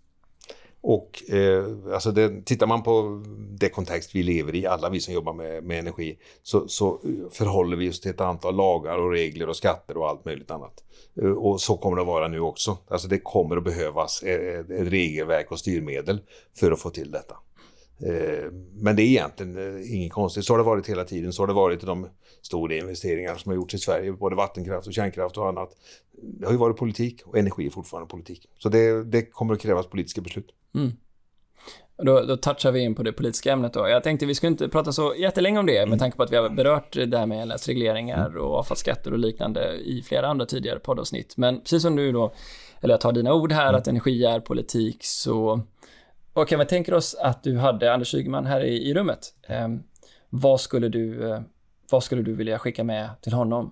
Och eh, alltså det, tittar man på det kontext vi lever i, alla vi som jobbar med, med energi, så, så förhåller vi oss till ett antal lagar och regler och skatter och allt möjligt annat. Eh, och så kommer det att vara nu också. Alltså det kommer att behövas ett, ett regelverk och styrmedel för att få till detta. Eh, men det är egentligen eh, inget konstigt. Så har det varit hela tiden. Så har det varit i de stora investeringar som har gjorts i Sverige, både vattenkraft och kärnkraft och annat. Det har ju varit politik, och energi är fortfarande politik. Så det, det kommer att krävas politiska beslut. Mm. Då, då touchar vi in på det politiska ämnet då. Jag tänkte vi skulle inte prata så jättelänge om det, mm. med tanke på att vi har berört det här med elnätsregleringar mm. och avfallsskatter och liknande i flera andra tidigare poddavsnitt. Men precis som du då, eller jag tar dina ord här, mm. att energi är politik, så och kan vi tänka oss att du hade Anders Ygeman här i, i rummet. Eh, vad, skulle du, eh, vad skulle du vilja skicka med till honom?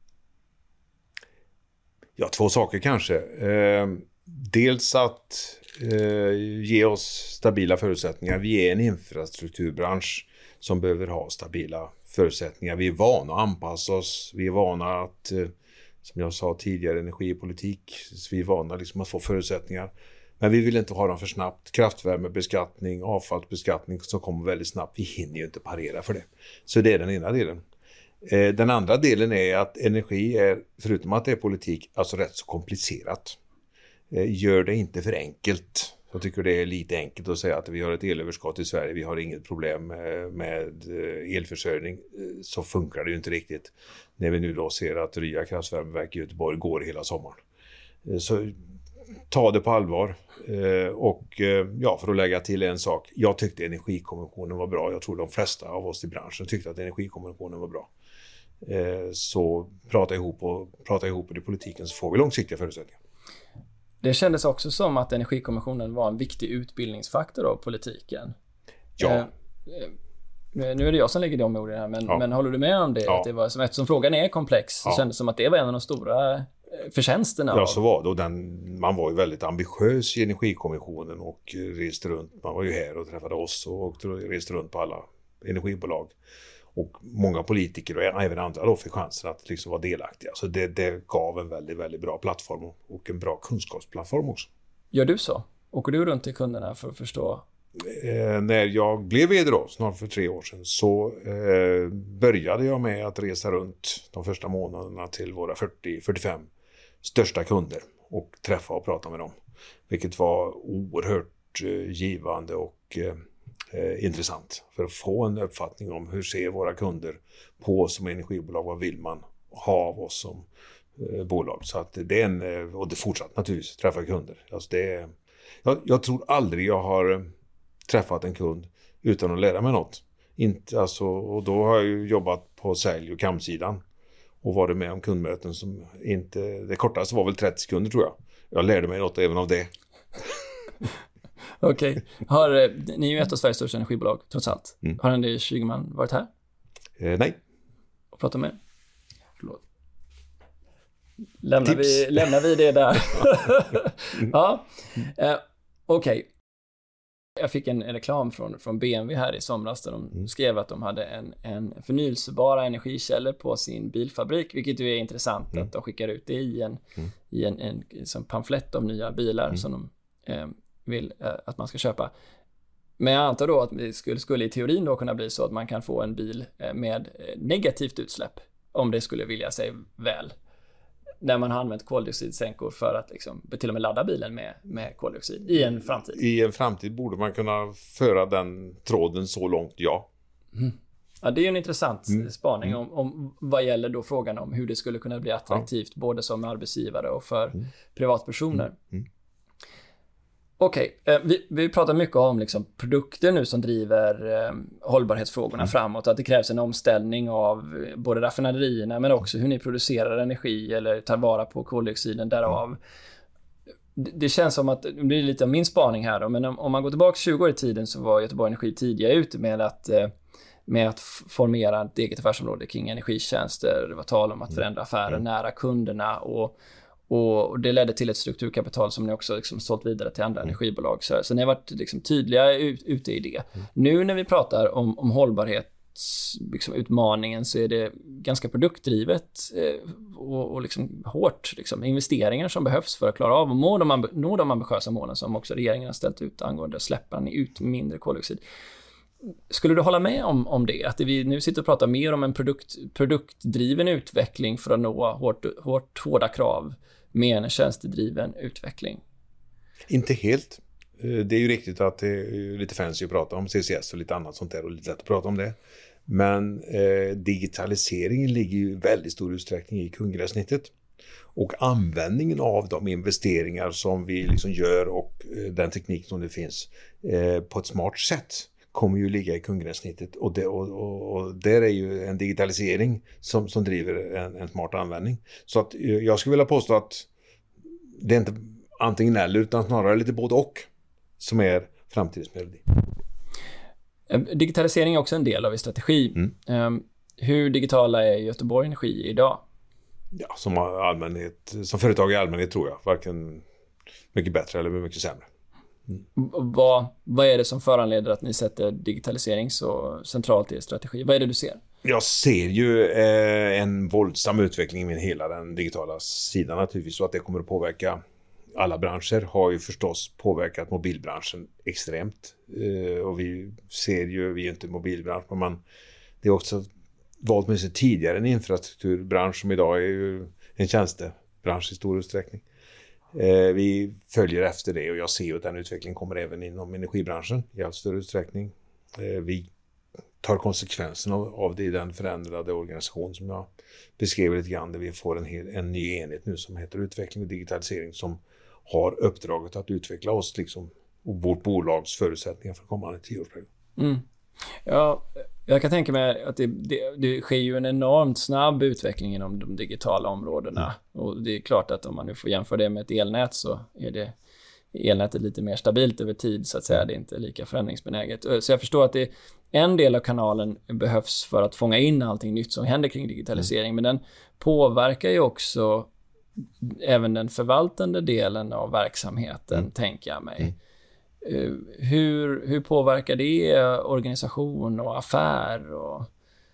Ja, två saker kanske. Eh, dels att eh, ge oss stabila förutsättningar. Vi är en infrastrukturbransch som behöver ha stabila förutsättningar. Vi är vana att anpassa oss. Vi är vana att, eh, som jag sa tidigare, energipolitik. Vi är vana liksom att få förutsättningar. Men vi vill inte ha dem för snabbt. Kraftvärmebeskattning, avfallsbeskattning som kommer väldigt snabbt. Vi hinner ju inte parera för det. Så det är den ena delen. Eh, den andra delen är att energi är, förutom att det är politik, alltså rätt så komplicerat. Eh, gör det inte för enkelt. Jag tycker det är lite enkelt att säga att vi har ett elöverskott i Sverige. Vi har inget problem med, med elförsörjning. Så funkar det ju inte riktigt. När vi nu då ser att Rya kraftvärmeverk i Göteborg går hela sommaren. Eh, så ta det på allvar. Eh, och eh, ja, för att lägga till en sak. Jag tyckte Energikommissionen var bra. Jag tror de flesta av oss i branschen tyckte att Energikommissionen var bra. Eh, så prata ihop och prata ihop i politiken, så får vi långsiktiga förutsättningar. Det kändes också som att Energikommissionen var en viktig utbildningsfaktor av politiken. Ja. Eh, nu är det jag som lägger de orden här, men, ja. men håller du med om det? Ja. Att det var, som, eftersom frågan är komplex, så ja. kändes det som att det var en av de stora förtjänsterna. Ja, så var det. Och den, man var ju väldigt ambitiös i Energikommissionen och reste runt. Man var ju här och träffade oss och reste runt på alla energibolag. Och många politiker och även andra då fick chansen att liksom vara delaktiga. Så det, det gav en väldigt, väldigt bra plattform och en bra kunskapsplattform också. Gör du så? Åker du runt till kunderna för att förstå? Eh, när jag blev vd då, snart för tre år sedan, så eh, började jag med att resa runt de första månaderna till våra fyrtio till fyrtiofem största kunder och träffa och prata med dem. Vilket var oerhört eh, givande och eh, Eh, intressant för att få en uppfattning om hur ser våra kunder på oss som energibolag, vad vill man ha av oss som eh, bolag. Så att det är en, eh, och det fortsatt naturligtvis, träffa kunder. Alltså det är, jag, jag tror aldrig jag har eh, träffat en kund utan att lära mig något. Inte, alltså, och då har jag ju jobbat på sälj- och kamsidan och varit med om kundmöten som inte, det kortaste var väl trettio sekunder tror jag. Jag lärde mig något även av det. Okej. Okay. Har, ni är ju ett av Sveriges största energibolag, trots allt. Mm. Har Anders Ygeman varit här? Eh, nej. Och pratat med? Förlåt. Lämnar vi, lämnar vi det där. ja. Eh, Okej. Okay. Jag fick en reklam från, från B M W här i somras där de mm. skrev att de hade en, en förnyelsebara energikällor på sin bilfabrik, vilket ju är intressant mm. att de skickar ut det i en, mm. i en, en, en pamflett om nya bilar mm. som de eh, vill eh, att man ska köpa. Men jag antar då att det skulle, skulle i teorin då kunna bli så att man kan få en bil eh, med negativt utsläpp om det skulle vilja sig väl. Där man har använt koldioxidsänkor för att liksom, till och med ladda bilen med, med koldioxid i en framtid. I en framtid borde man kunna föra den tråden så långt, ja. Mm. Ja, det är ju en intressant mm. spaning om, om vad gäller då frågan om hur det skulle kunna bli attraktivt ja. både som arbetsgivare och för mm. privatpersoner. Mm. Mm. Okej, okay. vi, vi pratar mycket om liksom produkter nu som driver eh, hållbarhetsfrågorna mm. framåt. Att det krävs en omställning av både raffinaderierna men också hur ni producerar energi eller tar vara på koldioxiden därav. Mm. Det, det känns som att, det blir lite av min spaning här då, men om, om man går tillbaka tjugo år i tiden så var Göteborg Energi tidigare ute med att, eh, med att formera ett eget affärsområde kring energitjänster. Det var tal om att förändra affären mm. nära kunderna och Och det ledde till ett strukturkapital som ni också liksom sålt vidare till andra mm. energibolag. Så, så ni har varit liksom tydliga ut, ute i det. Mm. Nu när vi pratar om, om hållbarhetsutmaningen liksom, så är det ganska produktdrivet eh, och, och liksom hårt liksom, investeringar som behövs för att klara av och nå de, nå de ambitiösa målen som också regeringen har ställt ut angående att släppa ni ut mindre koldioxid. Skulle du hålla med om, om det? Att vi nu sitter och pratar mer om en produkt, produktdriven utveckling för att nå hårt, hårt, hårda krav med en tjänstedriven utveckling? Inte helt. Det är ju riktigt att det är lite fancy att prata om C C S och lite annat sånt där och lite lätt att prata om det. Men eh, digitaliseringen ligger ju i väldigt stor utsträckning i kundgränssnittet. Och användningen av de investeringar som vi liksom gör och eh, den teknik som det finns eh, på ett smart sätt kommer ju ligga i kundgränssnittet. Och, det, och, och, och där är ju en digitalisering som, som driver en, en smart användning. Så att jag skulle vilja påstå att det är inte antingen eller utan snarare lite både och som är framtidens melodi. Digitalisering är också en del av er strategi. Mm. Um, hur digitala är Göteborg Energi idag? Ja, som allmänhet, som företag i allmänhet tror jag. Varken mycket bättre eller mycket sämre. Mm. Vad, vad är det som föranleder att ni sätter digitalisering så centralt i er strategi? Vad är det du ser? Jag ser ju eh, en våldsam utveckling med hela den digitala sidan naturligtvis, så att det kommer att påverka alla branscher. Har ju förstås påverkat mobilbranschen extremt. Eh, och vi ser ju, vi är inte mobilbransch, men man, det är också valt med sig tidigare en infrastrukturbransch som idag är ju en tjänstebransch i stor utsträckning. Eh, vi följer efter det och jag ser att den utvecklingen kommer även inom energibranschen i allt större utsträckning. Eh, vi tar konsekvenserna av, av det i den förändrade organisation som jag beskrev lite grann, där vi får en, hel, en ny enhet nu som heter utveckling och digitalisering som har uppdraget att utveckla oss liksom, och vårt bolags förutsättningar för kommande tioårsperiod. Mm. Ja, jag kan tänka mig att det, det, det sker ju en enormt snabb utveckling inom de digitala områdena. Mm. Och det är klart att om man nu får jämföra det med ett elnät så är det elnätet lite mer stabilt över tid så att säga. Det är inte lika förändringsbenäget. Så jag förstår att det en del av kanalen behövs för att fånga in allting nytt som händer kring digitalisering. Mm. Men den påverkar ju också även den förvaltande delen av verksamheten, mm. tänker jag mig. Mm. Hur, hur påverkar det organisation och affär? Och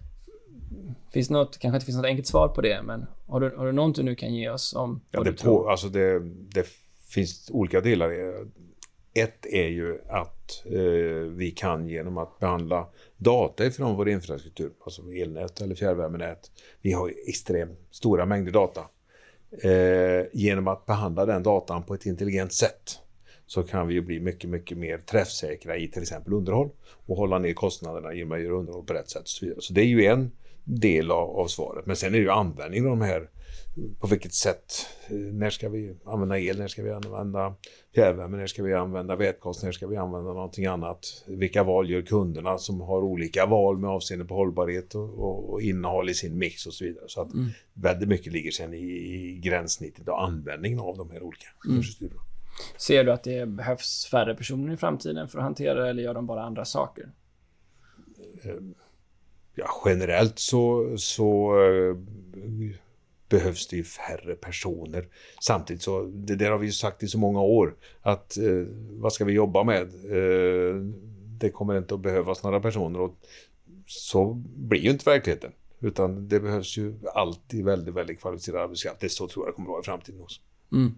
finns något, kanske inte finns något enkelt svar på det, men har du, har du något du nu kan ge oss om ja, det, på, alltså det, det finns olika delar. Ett är ju att eh, vi kan genom att behandla data ifrån vår infrastruktur, alltså elnät eller fjärrvärmenät. Vi har extremt stora mängder data. Eh, genom att behandla den datan på ett intelligent sätt så kan vi ju bli mycket, mycket mer träffsäkra i till exempel underhåll och hålla ner kostnaderna genom att göra underhåll på rätt sätt och så vidare. Så det är ju en del av, av svaret. Men sen är det ju användningen av de här, på vilket sätt, när ska vi använda el, när ska vi använda fjärrvärme, när ska vi använda vätgas, när ska vi använda någonting annat. Vilka val gör kunderna som har olika val med avseende på hållbarhet och, och, och innehåll i sin mix och så vidare. Så att mm. väldigt mycket ligger sen i, i gränssnittet och användningen av de här olika mm. strukturerna. Ser du att det behövs färre personer i framtiden för att hantera det, eller gör de bara andra saker? Ja, generellt så, så behövs det ju färre personer. Samtidigt så, det där har vi ju sagt i så många år, att eh, vad ska vi jobba med? Eh, det kommer inte att behövas några personer, och så blir ju inte verkligheten. Utan det behövs ju alltid väldigt, väldigt kvalificerad arbetskraft. Det är så tror jag det kommer att vara i framtiden också. Mm.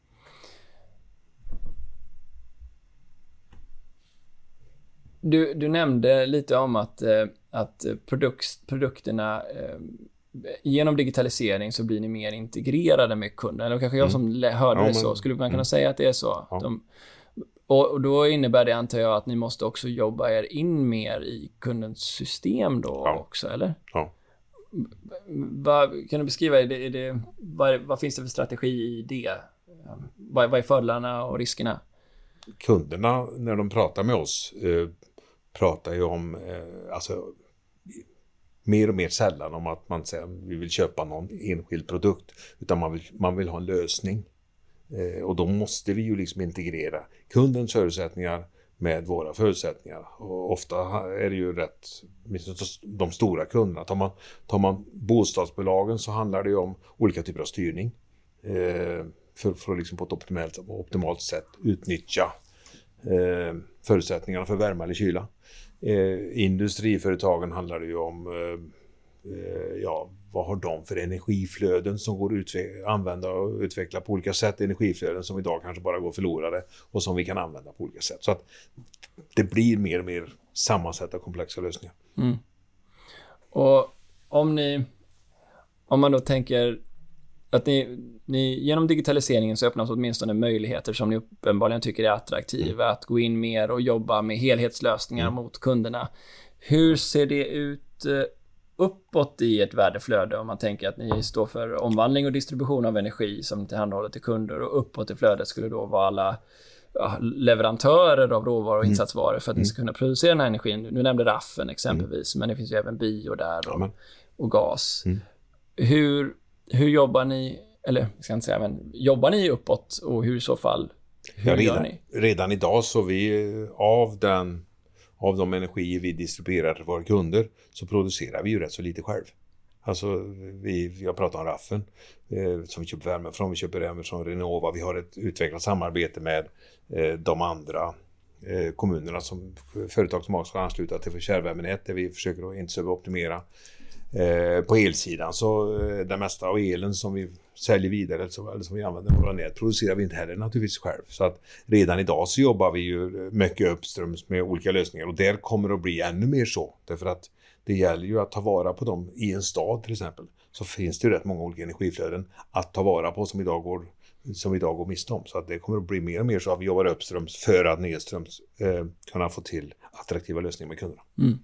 Du, du nämnde lite om att, att produkt, produkterna eh, genom digitalisering så blir ni mer integrerade med kunden. Eller kanske jag som mm. hörde ja, det så. Skulle man kunna mm. säga att det är så? Ja. De, och, och då innebär det, antar jag, att ni måste också jobba er in mer i kundens system då ja. också, eller? Ja. Vad, kan du beskriva, är det, är det, vad, vad finns det för strategi i det? Vad, vad är fördelarna och riskerna? Kunderna, när de pratar med oss, eh, pratar ju om eh, alltså, mer och mer sällan om att man säger vi vill köpa någon enskild produkt, utan man vill, man vill ha en lösning. Eh, och då måste vi ju liksom integrera kundens förutsättningar med våra förutsättningar. Och ofta är det ju rätt, de stora kunderna. Tar man, tar man bostadsbolagen så handlar det ju om olika typer av styrning. Eh, för, för att liksom på ett optimalt, optimalt sätt utnyttja eh, förutsättningarna för värme eller kyla. Eh, industriföretagen handlar det ju om eh, ja, vad har de för energiflöden som går att utve- använda och utveckla på olika sätt. Energiflöden som idag kanske bara går förlorade och som vi kan använda på olika sätt. Så att det blir mer och mer sammansatta komplexa lösningar. Mm. Och om ni, om man då tänker att ni, ni genom digitaliseringen så öppnas åtminstone möjligheter som ni uppenbarligen tycker är attraktiva, mm. att gå in mer och jobba med helhetslösningar mm. mot kunderna. Hur ser det ut uppåt i ett värdeflöde, om man tänker att ni står för omvandling och distribution av energi som tillhandahåller till kunder, och uppåt i flödet skulle då vara alla ja, leverantörer av råvaror och mm. insatsvaror för att mm. ni ska kunna producera den här energin. Nu nämnde Raffen exempelvis, mm. men det finns ju även bio där och, och gas. Mm. Hur, hur jobbar ni, eller jag ska inte säga, men jobbar ni uppåt, och hur i så fall, hur ja, redan, gör ni? Redan idag så vi av den av de energier vi distribuerar till våra kunder så producerar vi ju rätt så lite själv. Alltså vi, jag pratar om Raffen eh, som vi köper värme från, vi köper värme från Renova, vi har ett utvecklat samarbete med eh, de andra eh, kommunerna som företag som också ska ansluta till för fjärrvärmenät, där vi försöker att inte suboptimera. Eh, på elsidan så eh, det mesta av elen som vi säljer vidare eller, så, eller som vi använder på våra nät producerar vi inte heller naturligtvis själv. Så att redan idag så jobbar vi ju mycket uppströms med olika lösningar, och där kommer det att bli ännu mer så. Därför att det gäller ju att ta vara på dem i en stad till exempel. Så finns det ju rätt många olika energiflöden att ta vara på som idag går, som idag går miste om. Så att det kommer att bli mer och mer så att vi jobbar uppströms för att nedströms eh, kunna få till attraktiva lösningar med kunderna. Mm.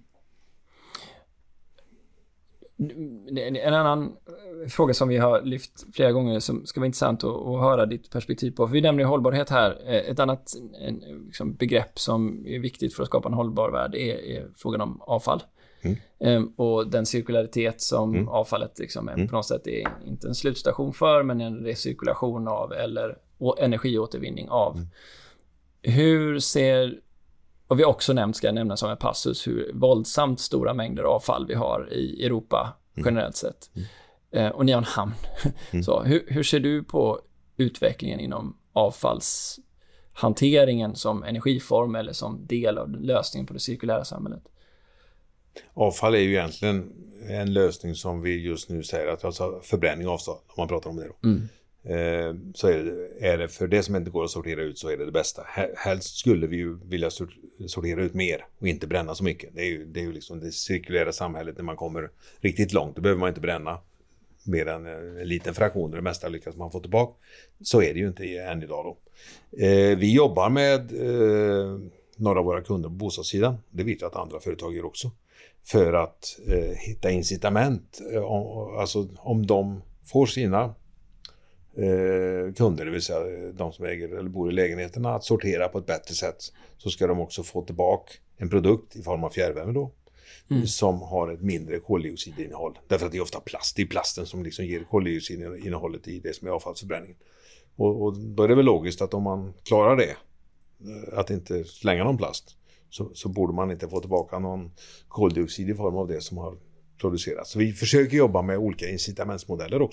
En annan fråga som vi har lyft flera gånger som ska vara intressant att, att höra ditt perspektiv på. För vi nämner hållbarhet här. Ett annat en, liksom, begrepp som är viktigt för att skapa en hållbar värld är, är frågan om avfall. Mm. Um, och den cirkularitet som mm. avfallet liksom är, mm. på något sätt är inte en slutstation för, men en recirkulation av eller å, energiåtervinning av. Mm. Hur ser... Och vi har också nämnt, ska jag nämna som en passus, hur våldsamt stora mängder avfall vi har i Europa generellt sett. Mm. Eh, och ni har en hamn. Mm. Så, hur, hur ser du på utvecklingen inom avfallshanteringen som energiform eller som del av lösningen på det cirkulära samhället? Avfall är ju egentligen en lösning som vi just nu säger att alltså förbränning av avfall, om man pratar om det då. Mm. Eh, så är det, är det för det som inte går att sortera ut så är det det bästa. Helst skulle vi ju vilja sortera ut mer och inte bränna så mycket. Det är ju, det är ju liksom det cirkulära samhället när man kommer riktigt långt. Då behöver man inte bränna mer än en liten fraktion. Det mesta lyckas man få tillbaka. Så är det ju inte än idag då. Eh, vi jobbar med eh, några av våra kunder på bostadssidan. Det vet jag att andra företag gör också. För att eh, hitta incitament. Eh, om, alltså om de får sina Eh, kunder, det vill säga de som äger eller bor i lägenheterna, att sortera på ett bättre sätt, så ska de också få tillbaka en produkt i form av fjärrvärme då, mm. som har ett mindre koldioxidinnehåll. Därför att det är ofta plast, det är plasten som liksom ger koldioxidinnehållet i det som är avfallsförbränningen. Och, och då är det väl logiskt att om man klarar det, att inte slänga någon plast, så, så borde man inte få tillbaka någon koldioxid i form av det som har producerats. Så vi försöker jobba med olika incitamentsmodeller också.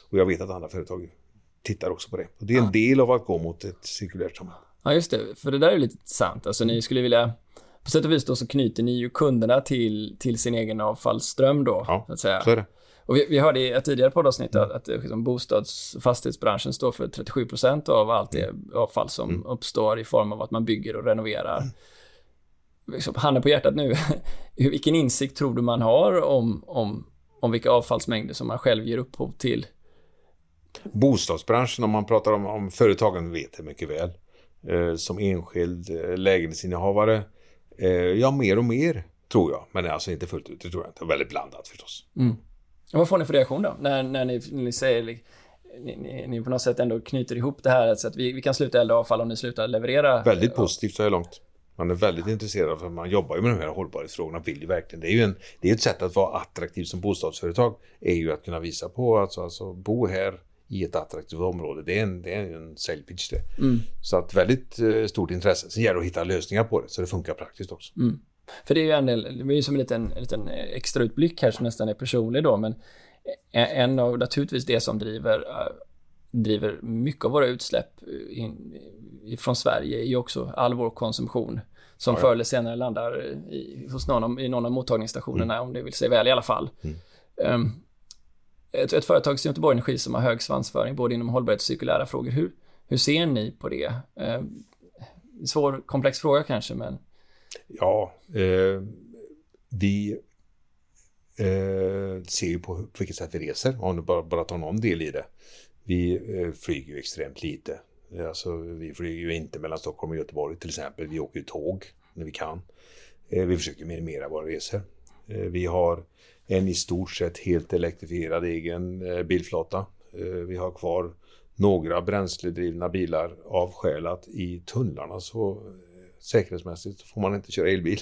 Och jag vet att andra företag tittar också på det. Och det är en ja. del av att gå mot ett cirkulärt samhälle. Ja, just det. För det där är lite sant. Alltså ni skulle vilja, på sätt och vis då så knyter ni ju kunderna till, till sin egen avfallsström då. Ja, så att säga. Så är det. Och vi, vi hörde i ett tidigare poddavsnitt att, att liksom bostads- och fastighetsbranschen står för trettiosju procent av allt det avfall som mm. uppstår i form av att man bygger och renoverar. Mm. Liksom, handen på hjärtat nu, vilken insikt tror du man har om, om, om vilka avfallsmängder som man själv ger upphov till? Bostadsbranschen, om man pratar om, om företagen, vet det mycket väl. Eh, som enskild eh, lägenhetsinnehavare, eh, ja mer och mer tror jag, men alltså inte fullt ut, det tror jag inte. Väldigt blandat förstås. Mm. Och vad får ni för reaktion då? När, när ni, ni säger, ni, ni, ni på något sätt ändå knyter ihop det här så att vi, vi kan sluta elda avfall om ni slutar leverera. Väldigt positivt så här långt. Man är väldigt intresserad för man jobbar ju med de här hållbarhetsfrågorna, vill ju verkligen. Det är ju en, det är ett sätt att vara attraktiv som bostadsföretag, är ju att kunna visa på att alltså, alltså, bo här i ett attraktivt område. Det är en, det är en sale pitch det. Mm. Så att väldigt eh, stort intresse. Sen gäller det att hitta lösningar på det så det funkar praktiskt också. Mm. För det är ju en del, det är ju som en liten, en liten extra utblick här som nästan är personlig då, men en av naturligtvis det som driver, driver mycket av våra utsläpp in, från Sverige är ju också all vår konsumtion som ja, ja. förr eller senare landar i, hos någon, i någon av mottagningsstationerna mm. om det vill sig väl i alla fall. Mm. Um, ett, ett företag som Göteborg Energi som har hög svansföring både inom hållbarhet och cirkulära frågor, hur, hur ser ni på det? Um, svår, komplex fråga kanske, men Ja, eh, vi eh, ser ju på vilket sätt vi reser, om du bara, bara tar någon del i det. Vi eh, flyger ju extremt lite. Alltså, vi flyger ju inte mellan Stockholm och Göteborg till exempel. Vi åker ju tåg när vi kan. Eh, vi försöker minimera våra resor. Eh, vi har en i stort sett helt elektrifierad egen eh, bilflotta. Eh, vi har kvar några bränsledrivna bilar avskälat i tunnlarna så säkerhetsmässigt får man inte köra elbil.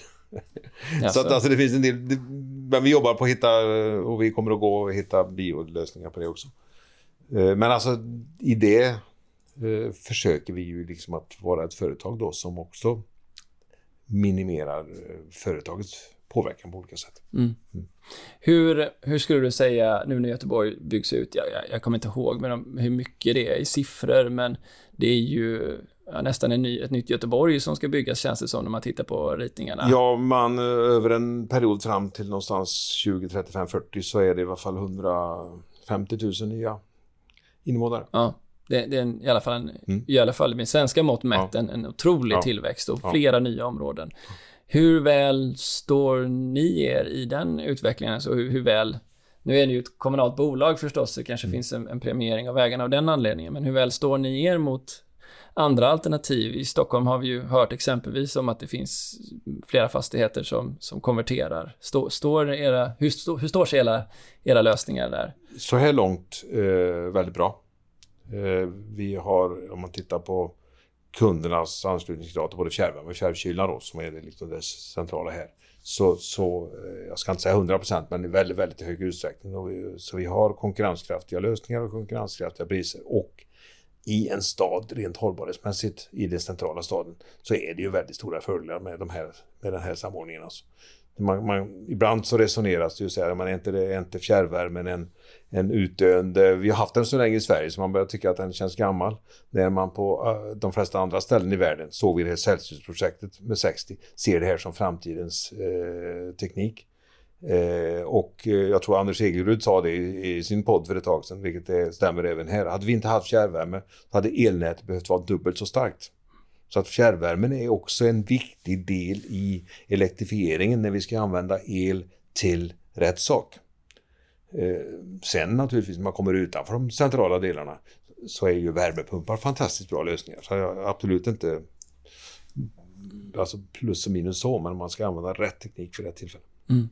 Så att alltså det finns en del, det, men vi jobbar på att hitta och vi kommer att gå och hitta biolösningar på det också. Men alltså i det eh, försöker vi ju liksom att vara ett företag då som också minimerar företagets påverkan på olika sätt. Mm. Mm. Hur, hur skulle du säga nu när Göteborg byggs ut, jag, jag, jag kommer inte ihåg men om, hur mycket det är i siffror, men det är ju ja, nästan en ny, ett nytt Göteborg som ska byggas, känns det som när man tittar på ritningarna. Ja, man över en period fram till någonstans tjugo, trettiofem, fyrtio så är det i alla fall hundrafemtio tusen nya invånare. Ja. Det, det är en, i alla fall, en, mm. i alla fall med svenska mått mätt ja. en, en otrolig ja. tillväxt och flera ja. nya områden. Hur väl står ni er i den utvecklingen? Alltså hur, hur väl, nu är det ju ett kommunalt bolag förstås, så kanske mm. finns en, en premiering av vägarna av den anledningen, men hur väl står ni er mot andra alternativ? I Stockholm har vi ju hört exempelvis om att det finns flera fastigheter som, som konverterar. Stå, står era, hur, stå, hur står sig era, era lösningar där? Så här långt eh, väldigt bra. Eh, vi har, om man tittar på kundernas anslutningsgrad, både fjärrvärme och fjärrkyla då, som är det, liksom det centrala här. Så, så jag ska inte säga hundra procent, men i väldigt, väldigt hög utsträckning. Och vi, så vi har konkurrenskraftiga lösningar och konkurrenskraftiga priser. Och i en stad, rent hållbarhetsmässigt, i den centrala staden, så är det ju väldigt stora fördelar med, de här, med den här samordningen. Alltså. Man, man, ibland så resoneras det ju så här, man är inte, det är inte fjärrvärmen en, en utdöende, vi har haft den så länge i Sverige så man börjar tycka att den känns gammal. När man på uh, de flesta andra ställen i världen, såg vi det här Celsius-projektet med sextio, ser det här som framtidens uh, teknik. Uh, och uh, jag tror Anders Egerud sa det i, i sin podd för ett tag sedan, vilket det stämmer även här. Hade vi inte haft fjärrvärme så hade elnätet behövt vara dubbelt så starkt. Så att fjärrvärmen är också en viktig del i elektrifieringen när vi ska använda el till rätt sak. Eh, sen naturligtvis när man kommer utanför de centrala delarna så är ju värmepumpar fantastiskt bra lösningar. Så jag absolut inte alltså plus och minus så, men man ska använda rätt teknik för rätt tillfälle. Mm.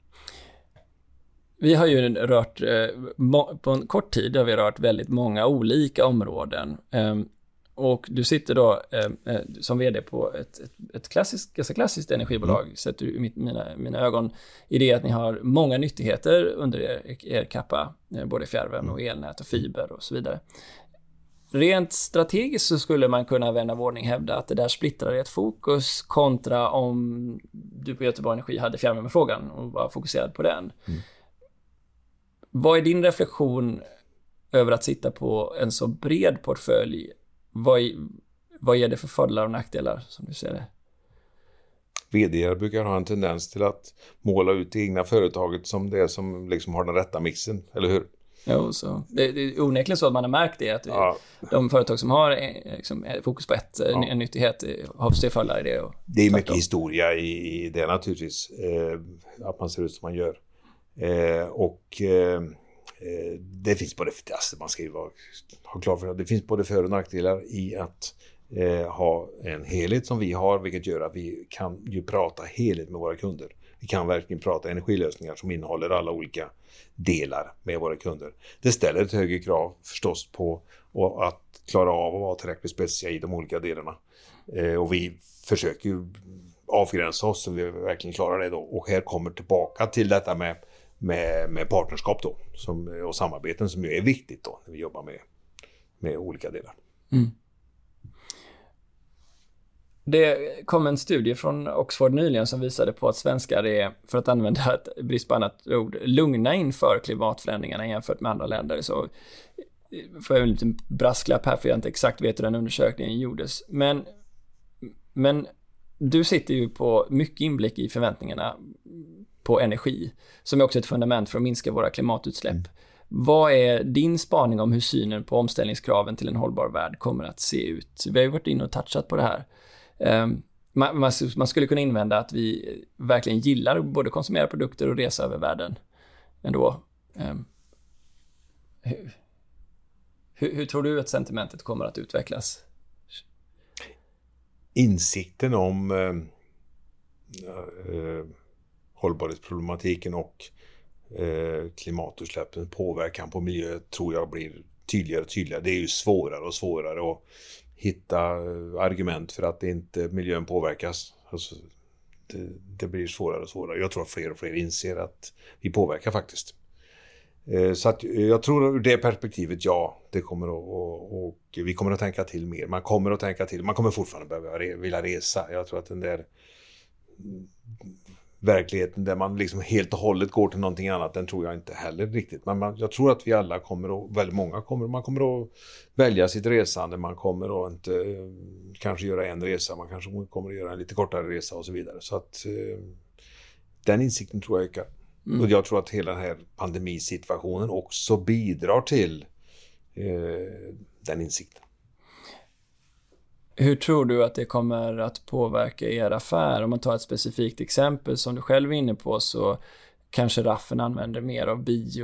Vi har ju rört, eh, på en kort tid har vi rört väldigt många olika områden. Eh, Och du sitter då eh, som vd på ett, ett, ett klassiskt, ganska klassiskt energibolag, mm. sett ur mitt, mina, mina ögon, i det att ni har många nyttigheter under er, er kappa, både fjärrvärme och elnät och fiber och så vidare. Rent strategiskt så skulle man kunna vända vårdning hävda att det där splittrar ett fokus kontra om du på Göteborg Energi hade fjärrvärmefrågan och var fokuserad på den. Mm. Vad är din reflektion över att sitta på en så bred portfölj. Vad, vad är det för fördelar och nackdelar som du ser det? V D brukar ha en tendens till att måla ut det egna företaget som det som liksom har den rätta mixen, eller hur? Jo, så. Det, det är onekligen så att man har märkt det, att ja. de företag som har liksom, fokus på ett, ja. en nyttighet har fler fördelar i det. Och det är mycket historia i det naturligtvis, eh, att man ser ut som man gör. Eh, och eh, det finns både, alltså man ska ju vara, ha klart för det, det finns både för- och nackdelar i att eh, ha en helhet som vi har, vilket gör att vi kan ju prata helhet med våra kunder. Vi kan verkligen prata energilösningar som innehåller alla olika delar med våra kunder. Det ställer ett högre krav förstås på att klara av att vara tillräckligt spetsiga i de olika delarna. Eh, och vi försöker ju avgränsa oss så vi verkligen klarar det då. Och här kommer tillbaka till detta med, med, med partnerskap då, som, och samarbeten som ju är viktigt då när vi jobbar med, med olika delar. Mm. Det kom en studie från Oxford nyligen som visade på att svenskar är, för att använda ett brist på annat ord, lugna inför klimatförändringarna jämfört med andra länder. Så får jag en liten brasklapp här, för jag inte exakt vet hur den undersökningen gjordes. Men, men du sitter ju på mycket inblick i förväntningarna på energi, som är också ett fundament för att minska våra klimatutsläpp. Mm. Vad är din spaning om hur synen på omställningskraven till en hållbar värld kommer att se ut? Vi har ju varit inne och touchat på det här. Um, man, man, man skulle kunna invända att vi verkligen gillar både konsumera produkter och resa över världen ändå. Um, hur, hur, hur tror du att sentimentet kommer att utvecklas? Insikten om eh, eh, hållbarhetsproblematiken och eh, klimatutsläppens påverkan på miljö tror jag blir tydligare och tydligare. Det är ju svårare och svårare att hitta argument för att inte miljön påverkas. Alltså, det, det blir svårare och svårare. Jag tror att fler och fler inser att vi påverkar faktiskt. Eh, så att jag tror ur det perspektivet, ja, det kommer att, och, och vi kommer att tänka till mer. Man kommer att tänka till, man kommer fortfarande behöva re, vilja resa. Jag tror att den där verkligheten där man liksom helt och hållet går till någonting annat, den tror jag inte heller riktigt. Men man, jag tror att vi alla kommer att, väldigt många kommer, man kommer att välja sitt resande, man kommer att inte kanske göra en resa, man kanske kommer att göra en lite kortare resa och så vidare. Så att eh, den insikten tror jag ökar. Mm. Och jag tror att hela den här pandemisituationen också bidrar till eh, den insikten. Hur tror du att det kommer att påverka er affär? Om man tar ett specifikt exempel som du själv är inne på, så kanske Raffen använder mer av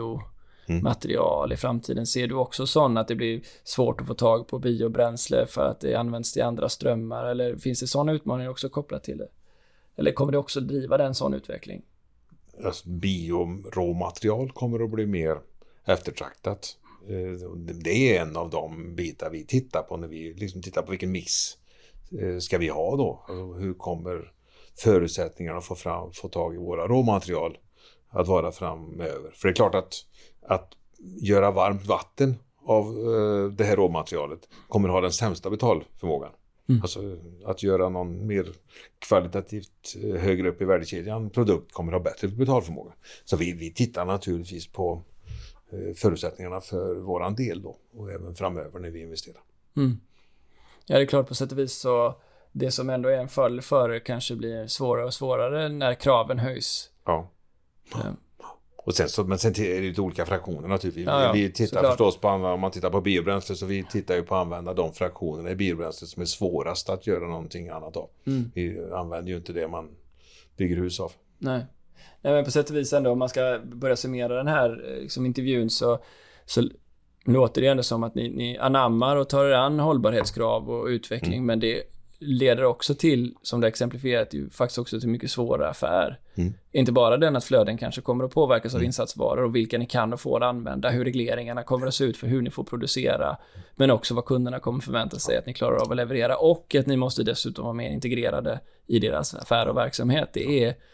biomaterial mm. i framtiden. Ser du också sån att det blir svårt att få tag på biobränsle för att det används till andra strömmar? Eller finns det sådana utmaningar också kopplat till det? Eller kommer det också driva den sån utveckling? Alltså, bioråmaterial kommer att bli mer eftertraktat. Det är en av de bitar vi tittar på när vi liksom tittar på vilken mix ska vi ha då. Alltså, hur kommer förutsättningarna att få, fram, få tag i våra råmaterial att vara framöver? För det är klart att, att göra varmt vatten av uh, det här råmaterialet kommer att ha den sämsta betalförmågan. Mm. Alltså att göra någon mer kvalitativt högre upp i värdekedjan produkt kommer att ha bättre betalförmåga. Så vi, vi tittar naturligtvis på förutsättningarna för våran del då, och även framöver när vi investerar. Mm. Ja, det är klart, på sätt och vis så det som ändå är en fördel för kanske blir svårare och svårare när kraven höjs. Ja. Mm. Och sen så, men sen är det lite olika fraktioner naturligtvis. Ja, ja, vi tittar såklart. förstås på, om man tittar på biobränsle, så vi tittar ju på att använda de fraktionerna i biobränsle som är svårast att göra någonting annat av. Mm. Vi använder ju inte det man bygger hus av. Nej. Nej, men på sätt och vis ändå, om man ska börja summera den här liksom, intervjun, så, så låter det ändå som att ni, ni anammar och tar er an hållbarhetskrav och utveckling, mm. men det leder också till, som det exemplifierat, ju faktiskt också till mycket svårare affär. Mm. Inte bara den att flöden kanske kommer att påverkas av mm. insatsvaror och vilka ni kan och får använda, hur regleringarna kommer att se ut för hur ni får producera, men också vad kunderna kommer förvänta sig att ni klarar av att leverera, och att ni måste dessutom vara mer integrerade i deras affär och verksamhet. Det är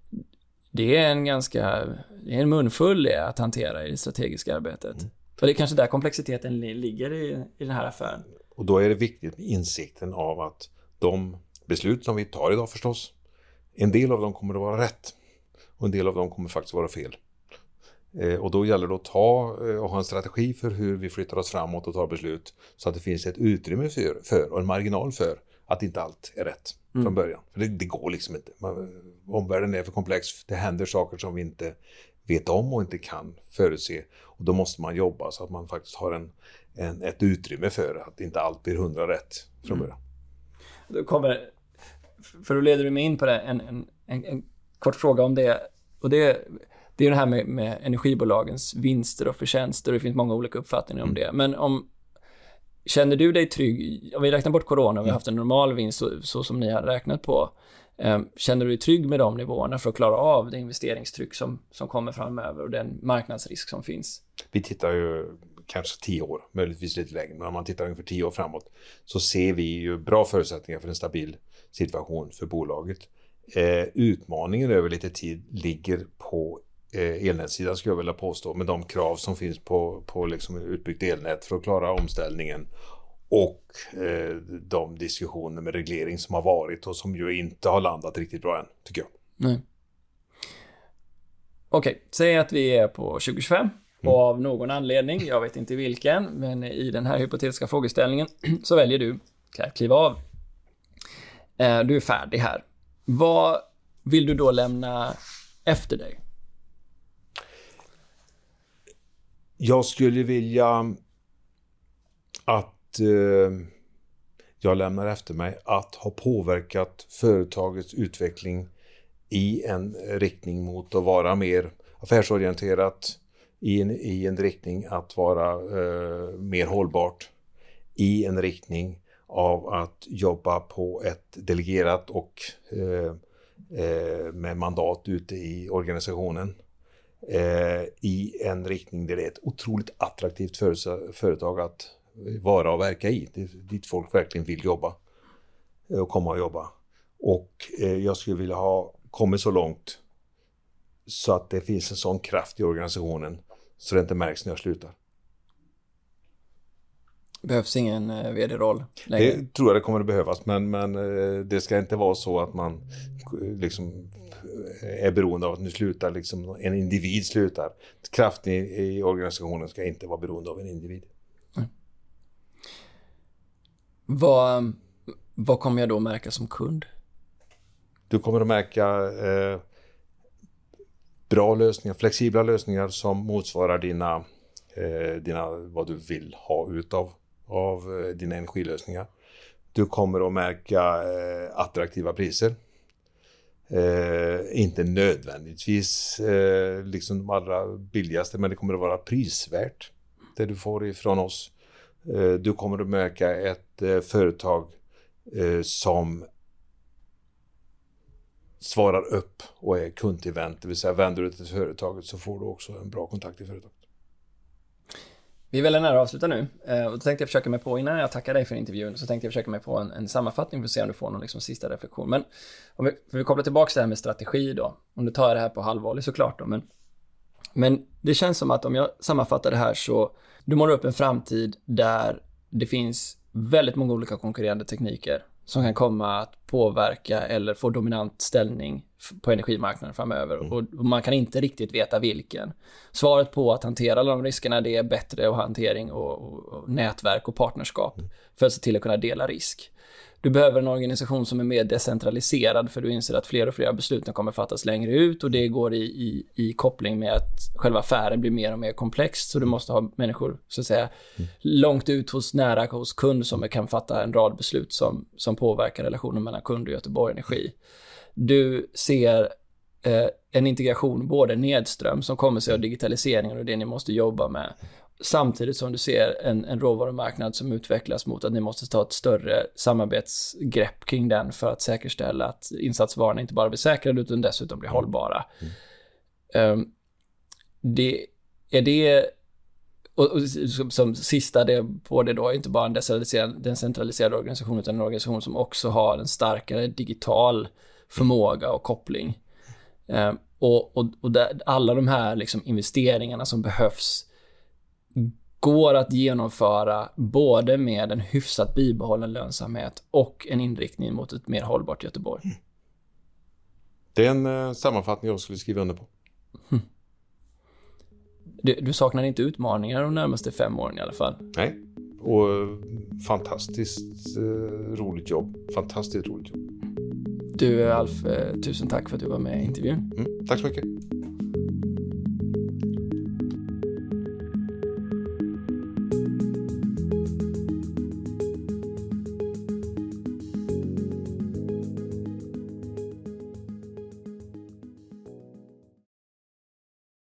Det är en ganska det är en munfull att hantera i det strategiska arbetet. Mm. Och det är kanske där komplexiteten ligger i, i den här affären. Och då är det viktigt med insikten av att de beslut som vi tar idag förstås, en del av dem kommer att vara rätt och en del av dem kommer faktiskt vara fel. Eh, och då gäller det att ta eh, och ha en strategi för hur vi flyttar oss framåt och tar beslut. Så att det finns ett utrymme för, för och en marginal för att inte allt är rätt mm. från början. För det, det går liksom inte. Man, omvärlden är för komplex. Det händer saker som vi inte vet om och inte kan förutse. Och då måste man jobba så att man faktiskt har en, en, ett utrymme för att inte allt blir hundra rätt från början. Mm. Då kommer, för då leder du mig in på det, en, en, en, en kort fråga om det. Och det, det är det här med, med energibolagens vinster och förtjänster. Det finns många olika uppfattningar om mm. det. Men om, känner du dig trygg, om vi räknar bort corona och vi har haft en normal vinst så, så som ni har räknat på. Känner du dig trygg med de nivåerna för att klara av det investeringstryck som, som kommer framöver och den marknadsrisk som finns? Vi tittar ju kanske tio år, möjligtvis lite längre, men om man tittar ungefär tio år framåt så ser vi ju bra förutsättningar för en stabil situation för bolaget. Eh, utmaningen över lite tid ligger på eh, elnätssidan skulle jag vilja påstå, med de krav som finns på, på liksom utbyggt elnät för att klara omställningen. Och eh, de diskussioner med reglering som har varit och som ju inte har landat riktigt bra än, tycker jag. Nej. Okej, okay. Säg att vi är på tjugo tjugofem mm. och av någon anledning, jag vet inte vilken, men i den här hypotetiska frågeställningen så väljer du att kliva av. Eh, du är färdig här. Vad vill du då lämna efter dig? Jag skulle vilja att jag lämnar efter mig att ha påverkat företagets utveckling i en riktning mot att vara mer affärsorienterat, i en, i en riktning att vara eh, mer hållbart, i en riktning av att jobba på ett delegerat och eh, eh, med mandat ute i organisationen. Eh, i en riktning där det är ett otroligt attraktivt för, företag att vara och verka i. Det är dit folk verkligen vill jobba och komma och jobba. Och eh, jag skulle vilja ha kommit så långt så att det finns en sån kraft i organisationen så det inte märks när jag slutar. Behövs ingen eh, vd-roll längre? Det tror jag det kommer att behövas, men, men eh, det ska inte vara så att man eh, liksom är beroende av att nu slutar liksom, en individ slutar. Kraften i, i organisationen ska inte vara beroende av en individ. Mm. Vad, vad kommer jag då märka som kund? Du kommer att märka eh, bra lösningar, flexibla lösningar som motsvarar dina, eh, dina vad du vill ha utav av eh, dina energilösningar. Du kommer att märka eh, attraktiva priser. Eh, inte nödvändigtvis eh, liksom de allra billigaste, men det kommer att vara prisvärt det du får ifrån oss. Eh, du kommer att märka ett eh, företag eh, som svarar upp och är kundtillvänt, det vill säga vänder du till företaget så får du också en bra kontakt i företaget. Vi är väl nära att avsluta nu. Eh, och då tänkte jag försöka mig på, innan jag tackar dig för intervjun, så tänkte jag försöka mig på en, en sammanfattning för att se om du får någon liksom sista reflektion. Men om vi, för vi kopplar tillbaka det här med strategi då. Om du tar det här på halvvolley såklart då. Men, men det känns som att om jag sammanfattar det här så du målar upp en framtid där det finns väldigt många olika konkurrerande tekniker som kan komma att påverka eller få dominant ställning på energimarknaden framöver. Mm. Och man kan inte riktigt veta vilken. Svaret på att hantera alla de riskerna, det är bättre och hantering och, och, och nätverk och partnerskap mm. för att se till att kunna dela risk. Du behöver en organisation som är mer decentraliserad, för du inser att fler och fler besluten kommer fattas längre ut och det går i, i, i koppling med att själva affären blir mer och mer komplext, så du måste ha människor så att säga mm. långt ut hos nära hos kund som kan fatta en rad beslut som, som påverkar relationen mellan kund och Göteborg Energi. Du ser eh, en integration både nedström som kommer sig av digitaliseringen och det ni måste jobba med, samtidigt som du ser en, en råvarumarknad som utvecklas mot att ni måste ta ett större samarbetsgrepp kring den för att säkerställa att insatsvarorna inte bara blir säkrade utan dessutom blir hållbara. Mm. Um, det, är det, och, och som, som sista det på det då, inte bara en decentraliserad, en centraliserad organisation utan en organisation som också har en starkare digital förmåga och koppling. Um, och och, och där, alla de här liksom investeringarna som behövs går att genomföra både med en hyfsat bibehållen lönsamhet och en inriktning mot ett mer hållbart Göteborg. Mm. Det är en uh, sammanfattning jag skulle skriva under på. Mm. Du, du saknar inte utmaningar de närmaste fem åren i alla fall? Nej, och fantastiskt eh, roligt jobb. Fantastiskt roligt jobb. Du Alf, tusen tack för att du var med i intervjun. Mm, tack så mycket.